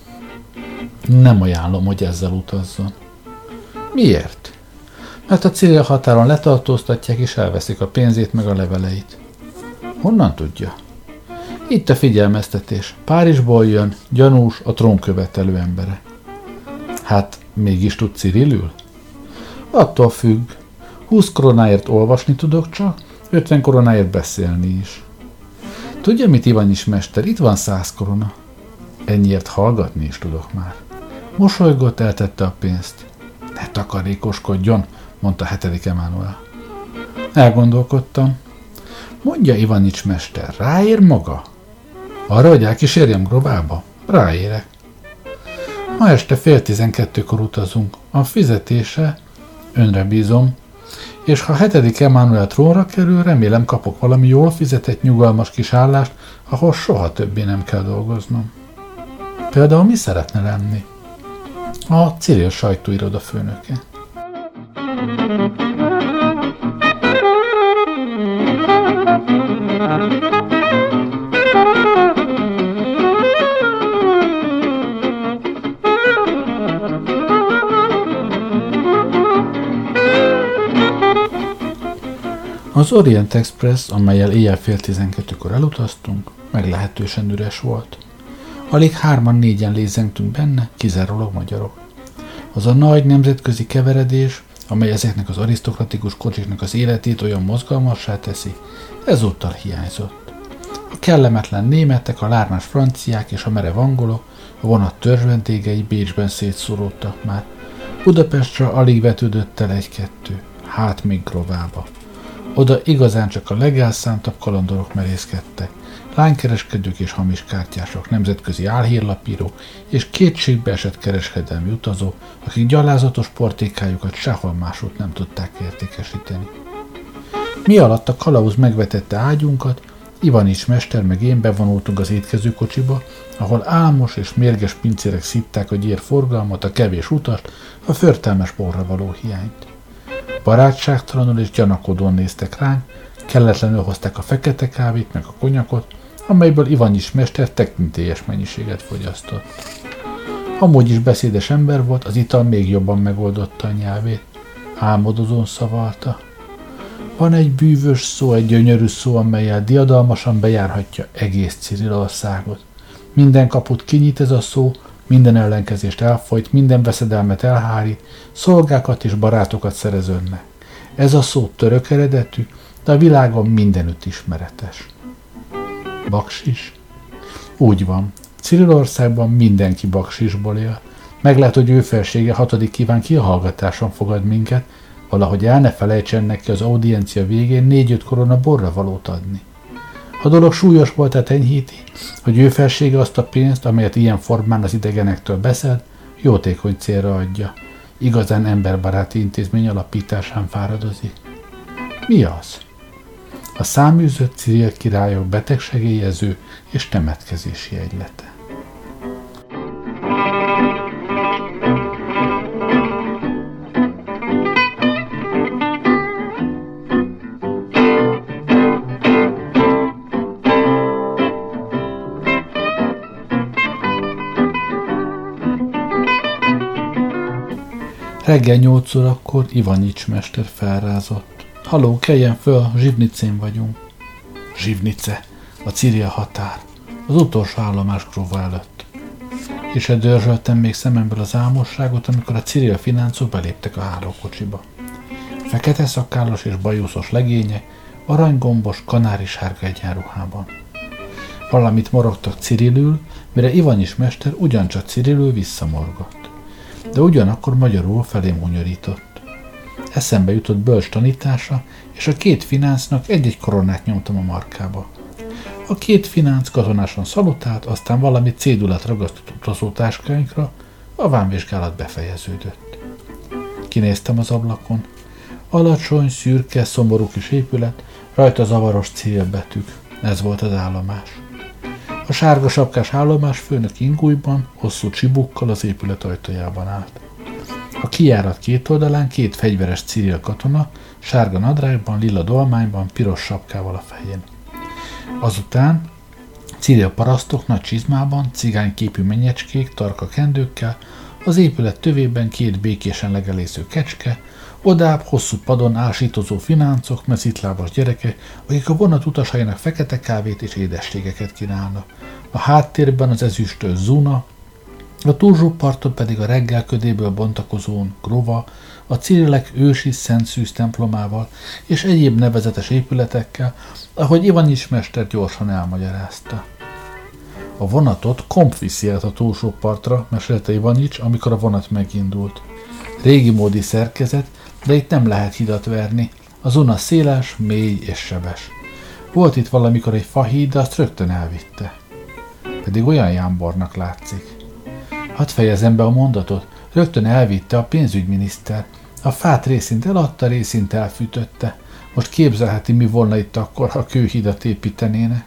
Nem ajánlom, hogy ezzel utazzon. Miért? Mert a Ciril határon letartóztatják, és elveszik a pénzét meg a leveleit. Honnan tudja? Itt a figyelmeztetés. Párizsból jön, gyanús, a trónkövetelő embere. Hát, mégis tud cirilül? Attól függ. húsz koronáért olvasni tudok csak, ötven koronáért beszélni is. Tudja mit, Ivanics mester? Itt van száz korona. Ennyiért hallgatni is tudok már. Mosolygott, eltette a pénzt. Ne takarékoskodjon, mondta hetedik Emmanuel. Elgondolkodtam. Mondja, Ivanics mester, ráér maga? Arra, hogy elkísérjem Gróvába? Ráérek. Ma este fél tizenkettőkor utazunk. A fizetése, önre bízom, és ha hetedik Emmanuel trónra kerül, remélem kapok valami jól fizetett, nyugalmas kis állást, ahol soha többé nem kell dolgoznom. Például mi szeretne lenni? A Ciril sajtóiroda főnöke. Az Orient Express, amellyel éjjel fél tizenkettőkor elutaztunk, meglehetősen üres volt. Alig hárman-négyen lézengtünk benne, kizárólag magyarok. Az a nagy nemzetközi keveredés, amely ezeknek az arisztokratikus kocsiknak az életét olyan mozgalmassá teszi, ezúttal hiányzott. A kellemetlen németek, a lármás franciák és a merev angolok, a vonat törzsvendégei Bécsben szétszóródtak már. Budapestre alig vetődött el egy-kettő, hát még Grovába. Oda igazán csak a legálszántabb kalandorok merészkedtek, lánykereskedők és hamis kártyások, nemzetközi álhírlapíró és kétségbe esett kereskedelmi utazó, akik gyalázatos portékájukat sehol másút nem tudták értékesíteni. Mi alatt a kalauz megvetette ágyunkat, Ivanics mester meg én bevonultunk az étkezőkocsiba, ahol álmos és mérges pincérek szitták a gyér forgalmat, a kevés utast, a förtelmes porra való hiányt. Barátságtalanul és gyanakodóan néztek ránk, kelletlenül hozták a fekete kávét meg a konyakot, amelyből Ivanics mester tekintélyes mennyiséget fogyasztott. Amúgy is beszédes ember volt, az ital még jobban megoldotta a nyelvét. Álmodozón szavalta. Van egy bűvös szó, egy gyönyörű szó, amellyel diadalmasan bejárhatja egész Cirilországot. Minden kaput kinyit ez a szó, minden ellenkezést elfolyt, minden veszedelmet elhárít, szolgákat és barátokat szerez önnek. Ez a szó török eredetű, de a világon mindenütt ismeretes. Baksis? Úgy van. Cirilországban mindenki baksisból él. Meg lehet, hogy ő felsége hatodik kíván ki a hallgatáson fogad minket, valahogy el ne felejtsen neki az audiencia végén négy-öt korona borra valót adni. A dolog súlyos volt, tehát enyhíti, hogy ő felsége azt a pénzt, amelyet ilyen formán az idegenektől beszed, jótékony célra adja. Igazán emberbaráti intézmény alapításán fáradozik. Mi az? A száműzött Ciril királyok betegsegélyező és temetkezési egylete. Reggel nyolc órakor Ivanics mester felrázott. Haló, keljen föl, Zsivnicén vagyunk. Zsivnice, a Ciril határ, az utolsó állomás Grova előtt. És dörzsöltem még szememből az álmosságot, amikor a Ciril fináncok beléptek a hálókocsiba. Fekete szakállas és bajuszos legénye, aranygombos, kanári-sárga egyenruhában. Valamit morogtak Cirilül, mire Ivanics mester ugyancsak Cirilül visszamorgott. De ugyanakkor magyarul felém hunyorított. Eszembe jutott bölcs tanítása, és a két fináncnak egy-egy koronát nyomtam a markába. A két finánc katonásan szalutált, aztán valami cédulát ragasztott utazótáskáinkra, a vámvizsgálat befejeződött. Kinéztem az ablakon. Alacsony, szürke, szomorú kis épület, rajta zavaros célbetűk. Ez volt az állomás. A sárga sapkás állomás főnök ingújban, hosszú csibukkal az épület ajtajában állt. A kijárat két oldalán két fegyveres Ciril katona, sárga nadrágban, lila dolmányban, piros sapkával a fején. Azután Ciril parasztok nagy csizmában, cigányképű mennyecskék, tarka kendőkkel, az épület tövében két békésen legelésző kecske, odább hosszú padon ásítozó fináncok, mezitlábas gyerekek, akik a vonat utasainak fekete kávét és édességeket kínálnak. A háttérben az ezüstös Zuna, a túlsó parton pedig a reggelködéből bontakozón Grova, a Cirilek ősi Szent Szűz templomával és egyéb nevezetes épületekkel, ahogy Ivanics mester gyorsan elmagyarázta. A vonatot komp viszi át a túlsó partra, mesélte Ivanics, amikor a vonat megindult. Régi módi szerkezet, de itt nem lehet hidat verni. A Zuna széles, mély és sebes. Volt itt valamikor egy fahíd, de azt rögtön elvitte. Pedig olyan jámbornak látszik. Hadd fejezem be a mondatot. Rögtön elvitte a pénzügyminiszter. A fát részint eladta, részint elfűtötte. Most képzelheti, mi volna itt akkor, ha kőhidat építenének.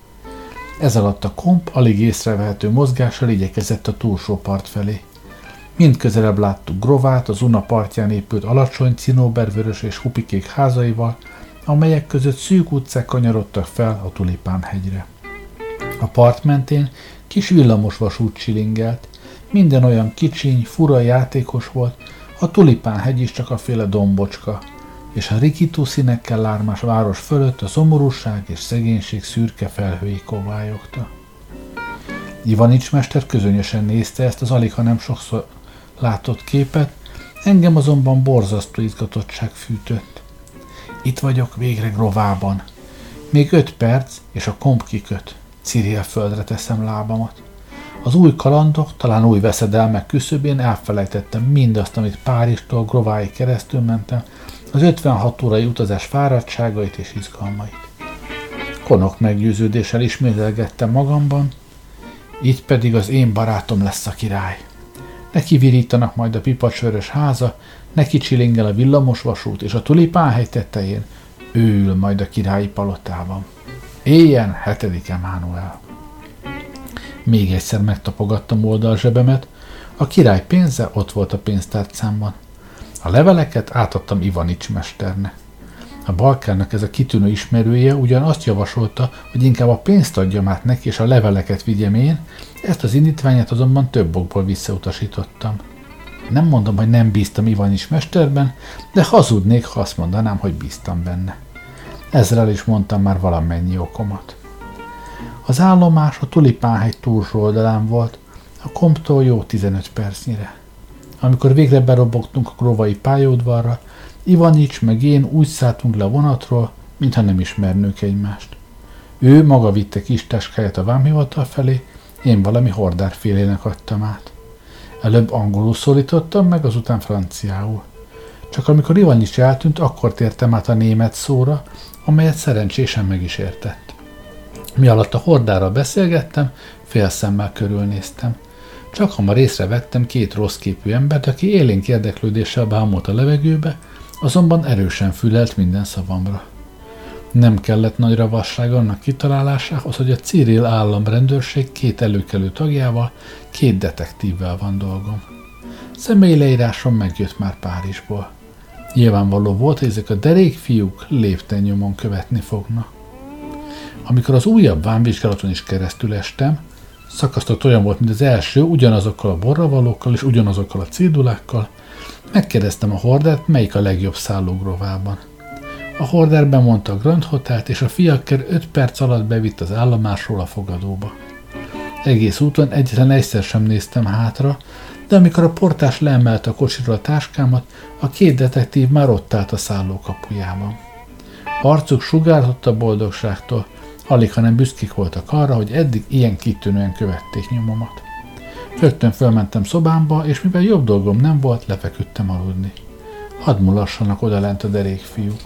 Ez alatt a komp alig észrevehető mozgással igyekezett a túlsó part felé. Mind közelebb láttuk Grovát, az Una partján épült alacsony, cinóbervörös és hupikék házaival, amelyek között szűk utcák kanyarodtak fel a Tulipánhegyre. A part mentén kis villamos vasút csilingelt, minden olyan kicsiny, fura játékos volt, a Tulipánhegy is csak a féle dombocska. és a rikító színekkel lármás város fölött a szomorúság és szegénység szürke felhői kovályogta. Ivanics mester közönösen nézte ezt az aligha nem sokszor látott képet, engem azonban borzasztó izgatottság fűtött. Itt vagyok végre Grovában. Még öt perc, és a komp kiköt. Ciriel földre teszem lábamat. Az új kalandok, talán új veszedelmek küszöbén elfelejtettem mindazt, amit Párizstól Grováig keresztül mentem, az ötvenhat órai utazás fáradtságait és izgalmait. Konok meggyőződéssel ismételgettem magamban, így pedig az én barátom lesz a király. Neki virítanak majd a pipacsörös háza, neki csilingel a villamosvasút, és a tulipánhegy tetején ő ül majd a királyi palotában. Éljen hetedik Emánuel. Még egyszer megtapogattam oldalzsebemet, a király pénze ott volt a pénztárcámban. A leveleket átadtam Ivanics mesternek. A Balkánnak ez a kitűnő ismerője ugyan azt javasolta, hogy inkább a pénzt adjam át neki, és a leveleket vigyem én, ezt az indítványát azonban több okból visszautasítottam. Nem mondom, hogy nem bíztam Ivanics mesterben, de hazudnék, ha azt mondanám, hogy bíztam benne. Ezzel is mondtam már valamennyi okomat. Az állomás a Tulipánhegy túlsó oldalán volt, a komptól jó tizenöt percnyire. Amikor végre berobogtunk a grovai pályaudvarra, Ivanics meg én úgy szálltunk le a vonatról, mintha nem ismernők egymást. Ő maga vitte kis táskáját a vámhivatal felé, én valami hordárfélének adtam át. Előbb angolul szólítottam meg, azután franciául. Csak amikor Ivanics eltűnt, akkor tértem át a német szóra, amelyet szerencsésen meg is értett. Mi alatt a hordárral beszélgettem, félszemmel körülnéztem. Csak hamar észrevettem két rosszképű embert, aki élénk érdeklődéssel bámult a levegőbe, azonban erősen fülelt minden szavamra. Nem kellett nagy ravasság annak kitalálásához, hogy a Ciriel államrendőrség két előkelő tagjával, két detektívvel van dolgom. Személyi leírásom megjött már Párizsból. Nyilvánvaló volt, hogy ezek a derék fiúk lépten nyomon követni fognak. Amikor az újabb vámvizsgálaton is keresztül estem, szakasztott olyan volt, mint az első, ugyanazokkal a borravalókkal és ugyanazokkal a cédulákkal, megkérdeztem a hordárt, melyik a legjobb szálló Grovában. A hordár bemondta a Grand Hotelt, és a fiaker öt perc alatt bevitt az állomásról a fogadóba. Egész úton egyetlen egyszer sem néztem hátra, de amikor a portás leemelte a kocsiról a táskámat, a két detektív már ott állt a szálló kapujában. Arcuk sugárzott a boldogságtól, alig, hanem büszkék voltak arra, hogy eddig ilyen kitűnően követték nyomomat. Rögtön fölmentem szobámba, és mivel jobb dolgom nem volt, lefeküdtem aludni. Hadd mulassanak odalent a derék fiúk.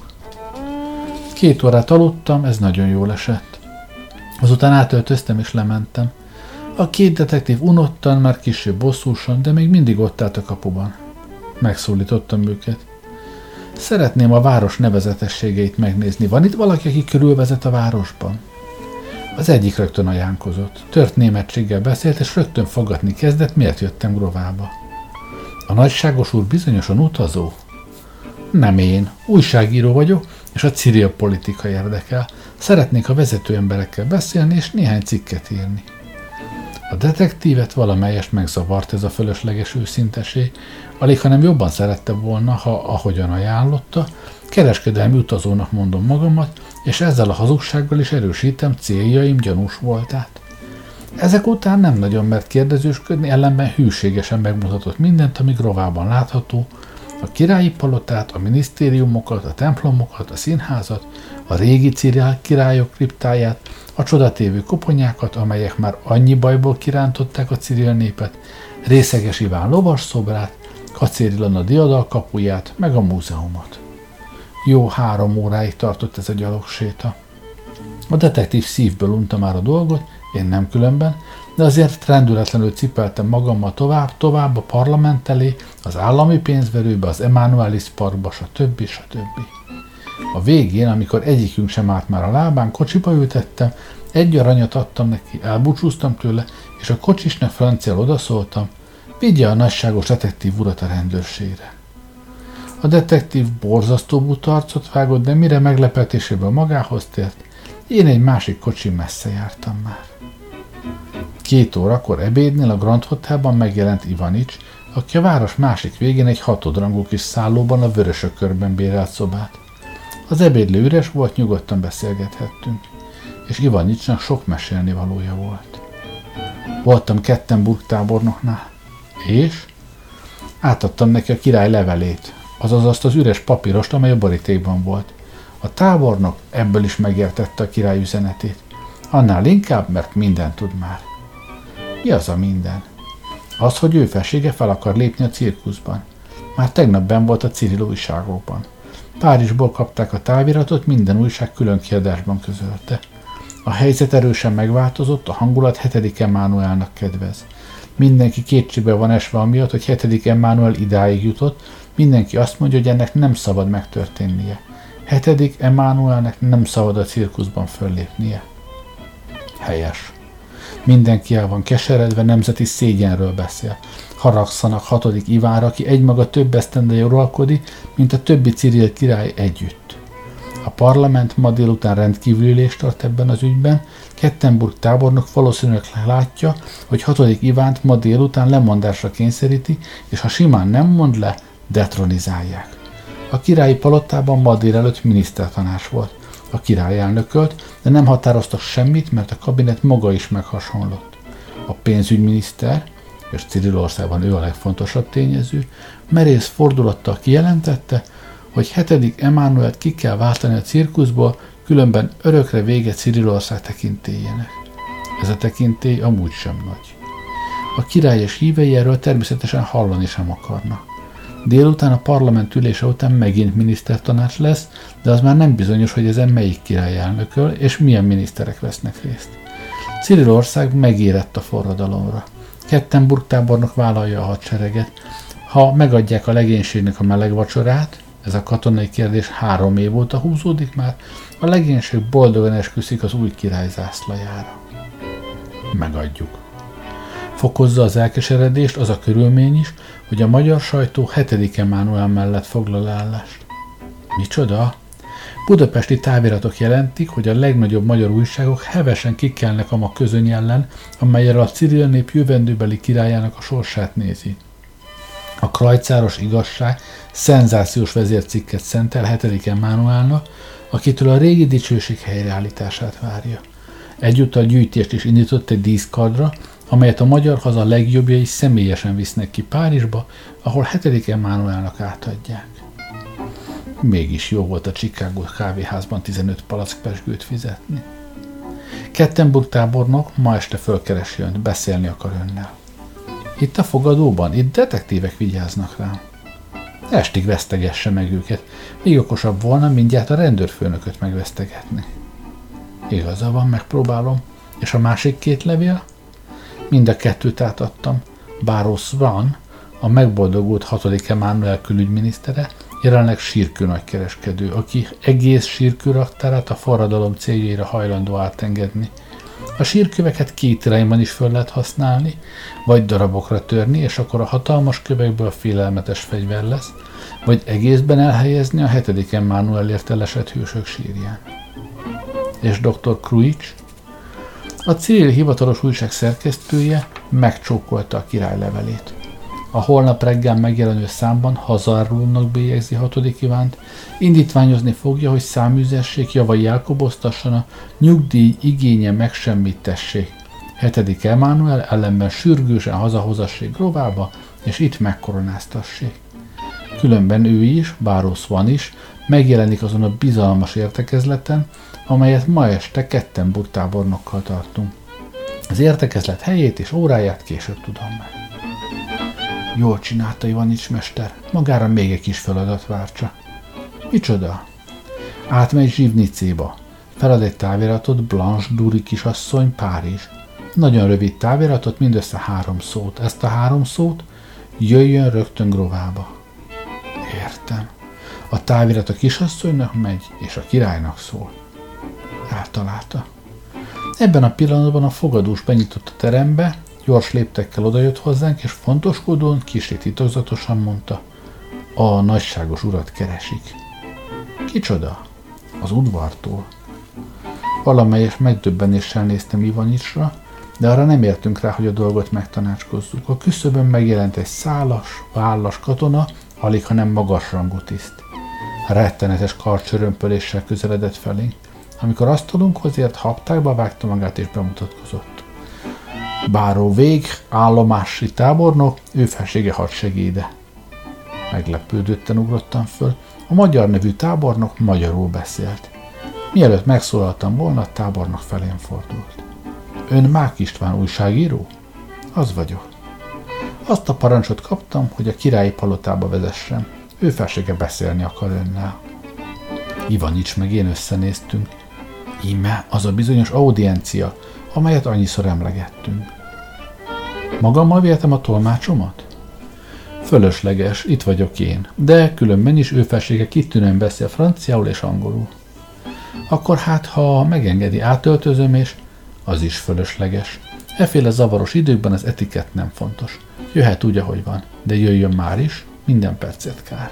Két órát aludtam, ez nagyon jól esett. Azután átöltöztem és lementem. A két detektív unottan, már kissé bosszúsan, de még mindig ott állt a kapuban. Megszólítottam őket. Szeretném a város nevezetességeit megnézni. Van itt valaki, aki körülvezet a városban? Az egyik rögtön ajánkozott. Tört németséggel beszélt, és rögtön fogadni kezdett, miért jöttem Grovába. A nagyságos úr bizonyosan utazó? Nem én. Újságíró vagyok, és a Ciriel politika érdekel. Szeretnék a vezető emberekkel beszélni, és néhány cikket írni. A detektívet valamelyest megzavart ez a fölösleges őszinteség, alig hanem jobban szerette volna, ha ahogyan ajánlotta, kereskedelmi utazónak mondom magamat, és ezzel a hazugsággal is erősítem céljaim gyanús voltát. Ezek után nem nagyon mert kérdezősködni, ellenben hűségesen megmutatott mindent, ami Grovában látható, a királyi palotát, a minisztériumokat, a templomokat, a színházat, a régi Ciriel királyok kriptáját, a csodatévő koponyákat, amelyek már annyi bajból kirántották a Ciriel népet, Részeges Iván lovas szobrát, Kacér Ilona diadal kapuját, meg a múzeumot. Jó három óráig tartott ez a gyalogséta. A detektív szívből unta már a dolgot, én nem különben, de azért rendületlenül cipeltem magammal tovább, tovább a parlament elé, az állami pénzverőbe, az Emanuelis parkba, stb. stb. A végén, amikor egyikünk sem állt már a lábán, kocsiba ültettem, egy aranyat adtam neki, elbúcsúztam tőle, és a kocsisnak franciául odaszóltam, vigye a nagyságos detektív urat a rendőrségre. A detektív borzasztó butarcot vágott, de mire meglepetéséből magához tért, én egy másik kocsi messze jártam már. Két órakor ebédnél a Grand Hotelban megjelent Ivanics, aki a város másik végén egy hatodrangú kis szállóban a Vörösök körben bérelt szobát. Az ebédlő üres volt, nyugodtan beszélgethettünk, és Ivanicsnak sok mesélni valója volt. Voltam Kettenburg tábornoknál, és átadtam neki a király levelét, azaz azt az üres papírost, amely a borítékban volt. A tábornok ebből is megértette a király üzenetét. Annál inkább, mert mindent tud már. Mi az a minden? Az, hogy ő felsége fel akar lépni a cirkuszban. Már tegnap benn volt a Cyril újságokban. Párizsból kapták a táviratot, minden újság külön kiadásban közölte. A helyzet erősen megváltozott, a hangulat hetedik Emmanuelnak kedvez. Mindenki kétségbe van esve amiatt, hogy hetedik Emmanuel idáig jutott, mindenki azt mondja, hogy ennek nem szabad megtörténnie. hetedik Emmanuelnek nem szabad a cirkuszban föllépnie. Helyes. Mindenki el van keseredve, nemzeti szégyenről beszél. Haragszanak hatodik Ivánra, aki egymaga több esztendeje uralkodik, mint a többi Cyril király együtt. A parlament ma délután rendkívüli ülést tart ebben az ügyben. Kettenburg tábornok valószínűleg látja, hogy hatodik Ivánt ma délután lemondásra kényszeríti, és ha simán nem mond le, detronizálják. A királyi palotában ma délelőtt minisztertanács volt. A király elnökölt, de nem határoztak semmit, mert a kabinet maga is meghasonlott. A pénzügyminiszter, és Cirilországban ő a legfontosabb tényező, merész fordulattal kijelentette, hogy hetedik Emmanuelt ki kell váltani a cirkuszból, különben örökre vége Cirilország tekintélyének. Ez a tekintély amúgy sem nagy. A király és hívei erről természetesen hallani sem akarnak. Délután a parlament ülése után megint minisztertanács lesz, de az már nem bizonyos, hogy ezen melyik király elnököl, és milyen miniszterek vesznek részt. Cirilország megérett a forradalomra. Kettenburg tábornok vállalja a hadsereget. Ha megadják a legénységnek a meleg vacsorát, ez a katonai kérdés három év óta húzódik már, a legénység boldogan esküszik az új király zászlajára. Megadjuk. Fokozza az elkeseredést az a körülmény is, hogy a magyar sajtó hetedik Emmanuel mellett foglal állást. Micsoda? Budapesti táviratok jelentik, hogy a legnagyobb magyar újságok hevesen kikelnek a ma közöny ellen, amellyel a Cyril nép jövendőbeli királyának a sorsát nézi. A krajcáros igazság szenzációs vezércikket szentel hetedik Emmanuelnak, akitől a régi dicsőség helyreállítását várja. Egyúttal gyűjtést is indított egy díszkardra, amelyet a magyar haza legjobbjai személyesen visznek ki Párizsba, ahol hetedik Emmanuelnak átadják. Mégis jó volt a Chicago kávéházban tizenöt palack pezsgőt fizetni. Kettenburg tábornok ma este fölkeresi önt, beszélni akar önnel. Itt a fogadóban, itt detektívek vigyáznak rám. Estig vesztegesse meg őket, még okosabb volna mindjárt a rendőrfőnököt megvesztegetni. Igaza van, megpróbálom. És a másik két levél? Mind a kettőt átadtam. Báros van, a megboldogult hatodik Emmanuel külügyminisztere, jelenleg sírkő nagykereskedő, aki egész sírkő raktárát a forradalom céljaira hajlandó átengedni. A sírköveket két irányban is föl lehet használni, vagy darabokra törni, és akkor a hatalmas kövekből félelmetes fegyver lesz, vagy egészben elhelyezni a hetedik Emmanuelért elesett hősök sírján. És doktor Kruics, a Cyril hivatalos újság szerkesztője megcsókolta a király levelét. A holnap reggel megjelenő számban hazárulnak bélyegzi hatodik Ivánt, indítványozni fogja, hogy száműzessék, javai elkoboztassana, nyugdíj igénye megsemmítessék. hetedik Emmanuel ellenben sürgősen hazahozassék rovába, és itt megkoronáztassék. Különben ő is, Báros van is, megjelenik azon a bizalmas értekezleten, amelyet ma este Kettenburg tábornokkal tartunk. Az értekezlet helyét és óráját később tudom meg. Jól csinálta Ivanics mester, magára még egy kis feladat várcsa. Micsoda? Átmegy Zsivnicéba. Felad egy táviratot, Blanche Dury kisasszony, Párizs. Nagyon rövid táviratot, mindössze három szót. Ezt a három szót jöjjön rögtön Grovába. Értem. A távirat a kisasszonynak megy, és a királynak szól. Eltalálta. Ebben a pillanatban a fogadós benyitott a terembe, gyors léptekkel odajött hozzánk, és fontoskodón, kicsit titokzatosan mondta, a nagyságos urat keresik. Kicsoda? Az udvartól. Valamelyes megdöbbenéssel néztem Ivanicsra, de arra nem értünk rá, hogy a dolgot megtanácskozzuk. A küszöbön megjelent egy szálas, vállas katona, alig, ha nem magasrangú tiszt. Rettenetes karcsörömpöléssel közeledett felénk. Amikor asztalunkhoz ért, haptákba vágta magát és bemutatkozott. Báró Vég, állomási tábornok, ő felsége hadsegéde. Meglepődötten ugrottam föl. A magyar nevű tábornok magyarul beszélt. Mielőtt megszólaltam volna, a tábornok felén fordult. Ön Mák István újságíró? Az vagyok. Azt a parancsot kaptam, hogy a királyi palotába vezessem. Ő felsége beszélni akar önnel. Ivanics meg én összenéztünk. Íme az a bizonyos audiencia, amelyet annyiszor emlegettünk. Magammal vihetem a tolmácsomat? Fölösleges, itt vagyok én, de különben is ő felsége kitűnően beszél franciául és angolul. Akkor hát, ha megengedi, átöltözöm, és az is fölösleges. Efféle zavaros időkben az etikett nem fontos. Jöhet úgy, ahogy van, de jöjjön már is, minden percet kár.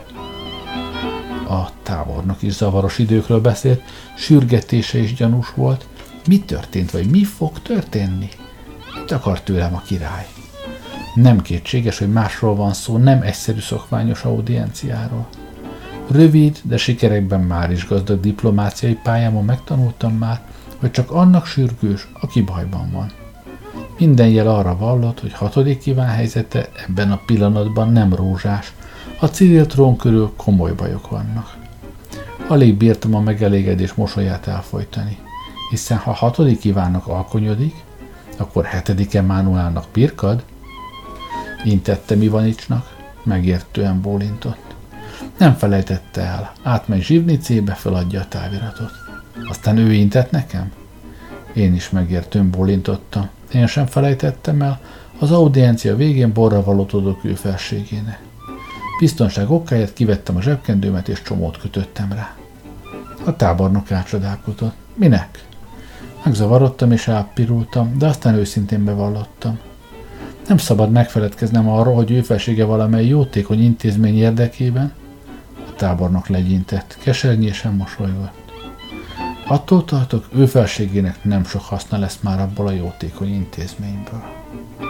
A tábornok is zavaros időkről beszélt, sürgetése is gyanús volt. Mi történt, vagy mi fog történni? Mit akar tőlem a király? Nem kétséges, hogy másról van szó, nem egyszerű szokványos audienciáról. Rövid, de sikerekben már is gazdag diplomáciai pályámon megtanultam már, hogy csak annak sürgős, aki bajban van. Minden jel arra vallott, hogy hatodik Iván helyzete ebben a pillanatban nem rózsás, a civil trón körül komoly bajok vannak. Alig bírtam a megelégedés mosolyát elfojtani, hiszen ha hatodik Ivánnak alkonyodik, akkor hetedik Emánuelnak pirkad? Intettem Ivanicsnak, megértően bólintott. Nem felejtette el, átmegy Zsivnicébe, feladja a táviratot. Aztán ő intett nekem? Én is megértően bólintottam. Én sem felejtettem el, az audiencia végén borra valót adok ő felségének. Biztonság okáért kivettem a zsebkendőmet és csomót kötöttem rá. A tábornok elcsodálkozott. Minek? Megzavarodtam és elpirultam, de aztán őszintén bevallottam. Nem szabad megfeledkeznem arról, hogy ő felsége valamely jótékony intézmény érdekében. A tábornok legyintett, kesernyésen mosolygott. Attól tartok, ő felségének nem sok haszna lesz már abból a jótékony intézményből.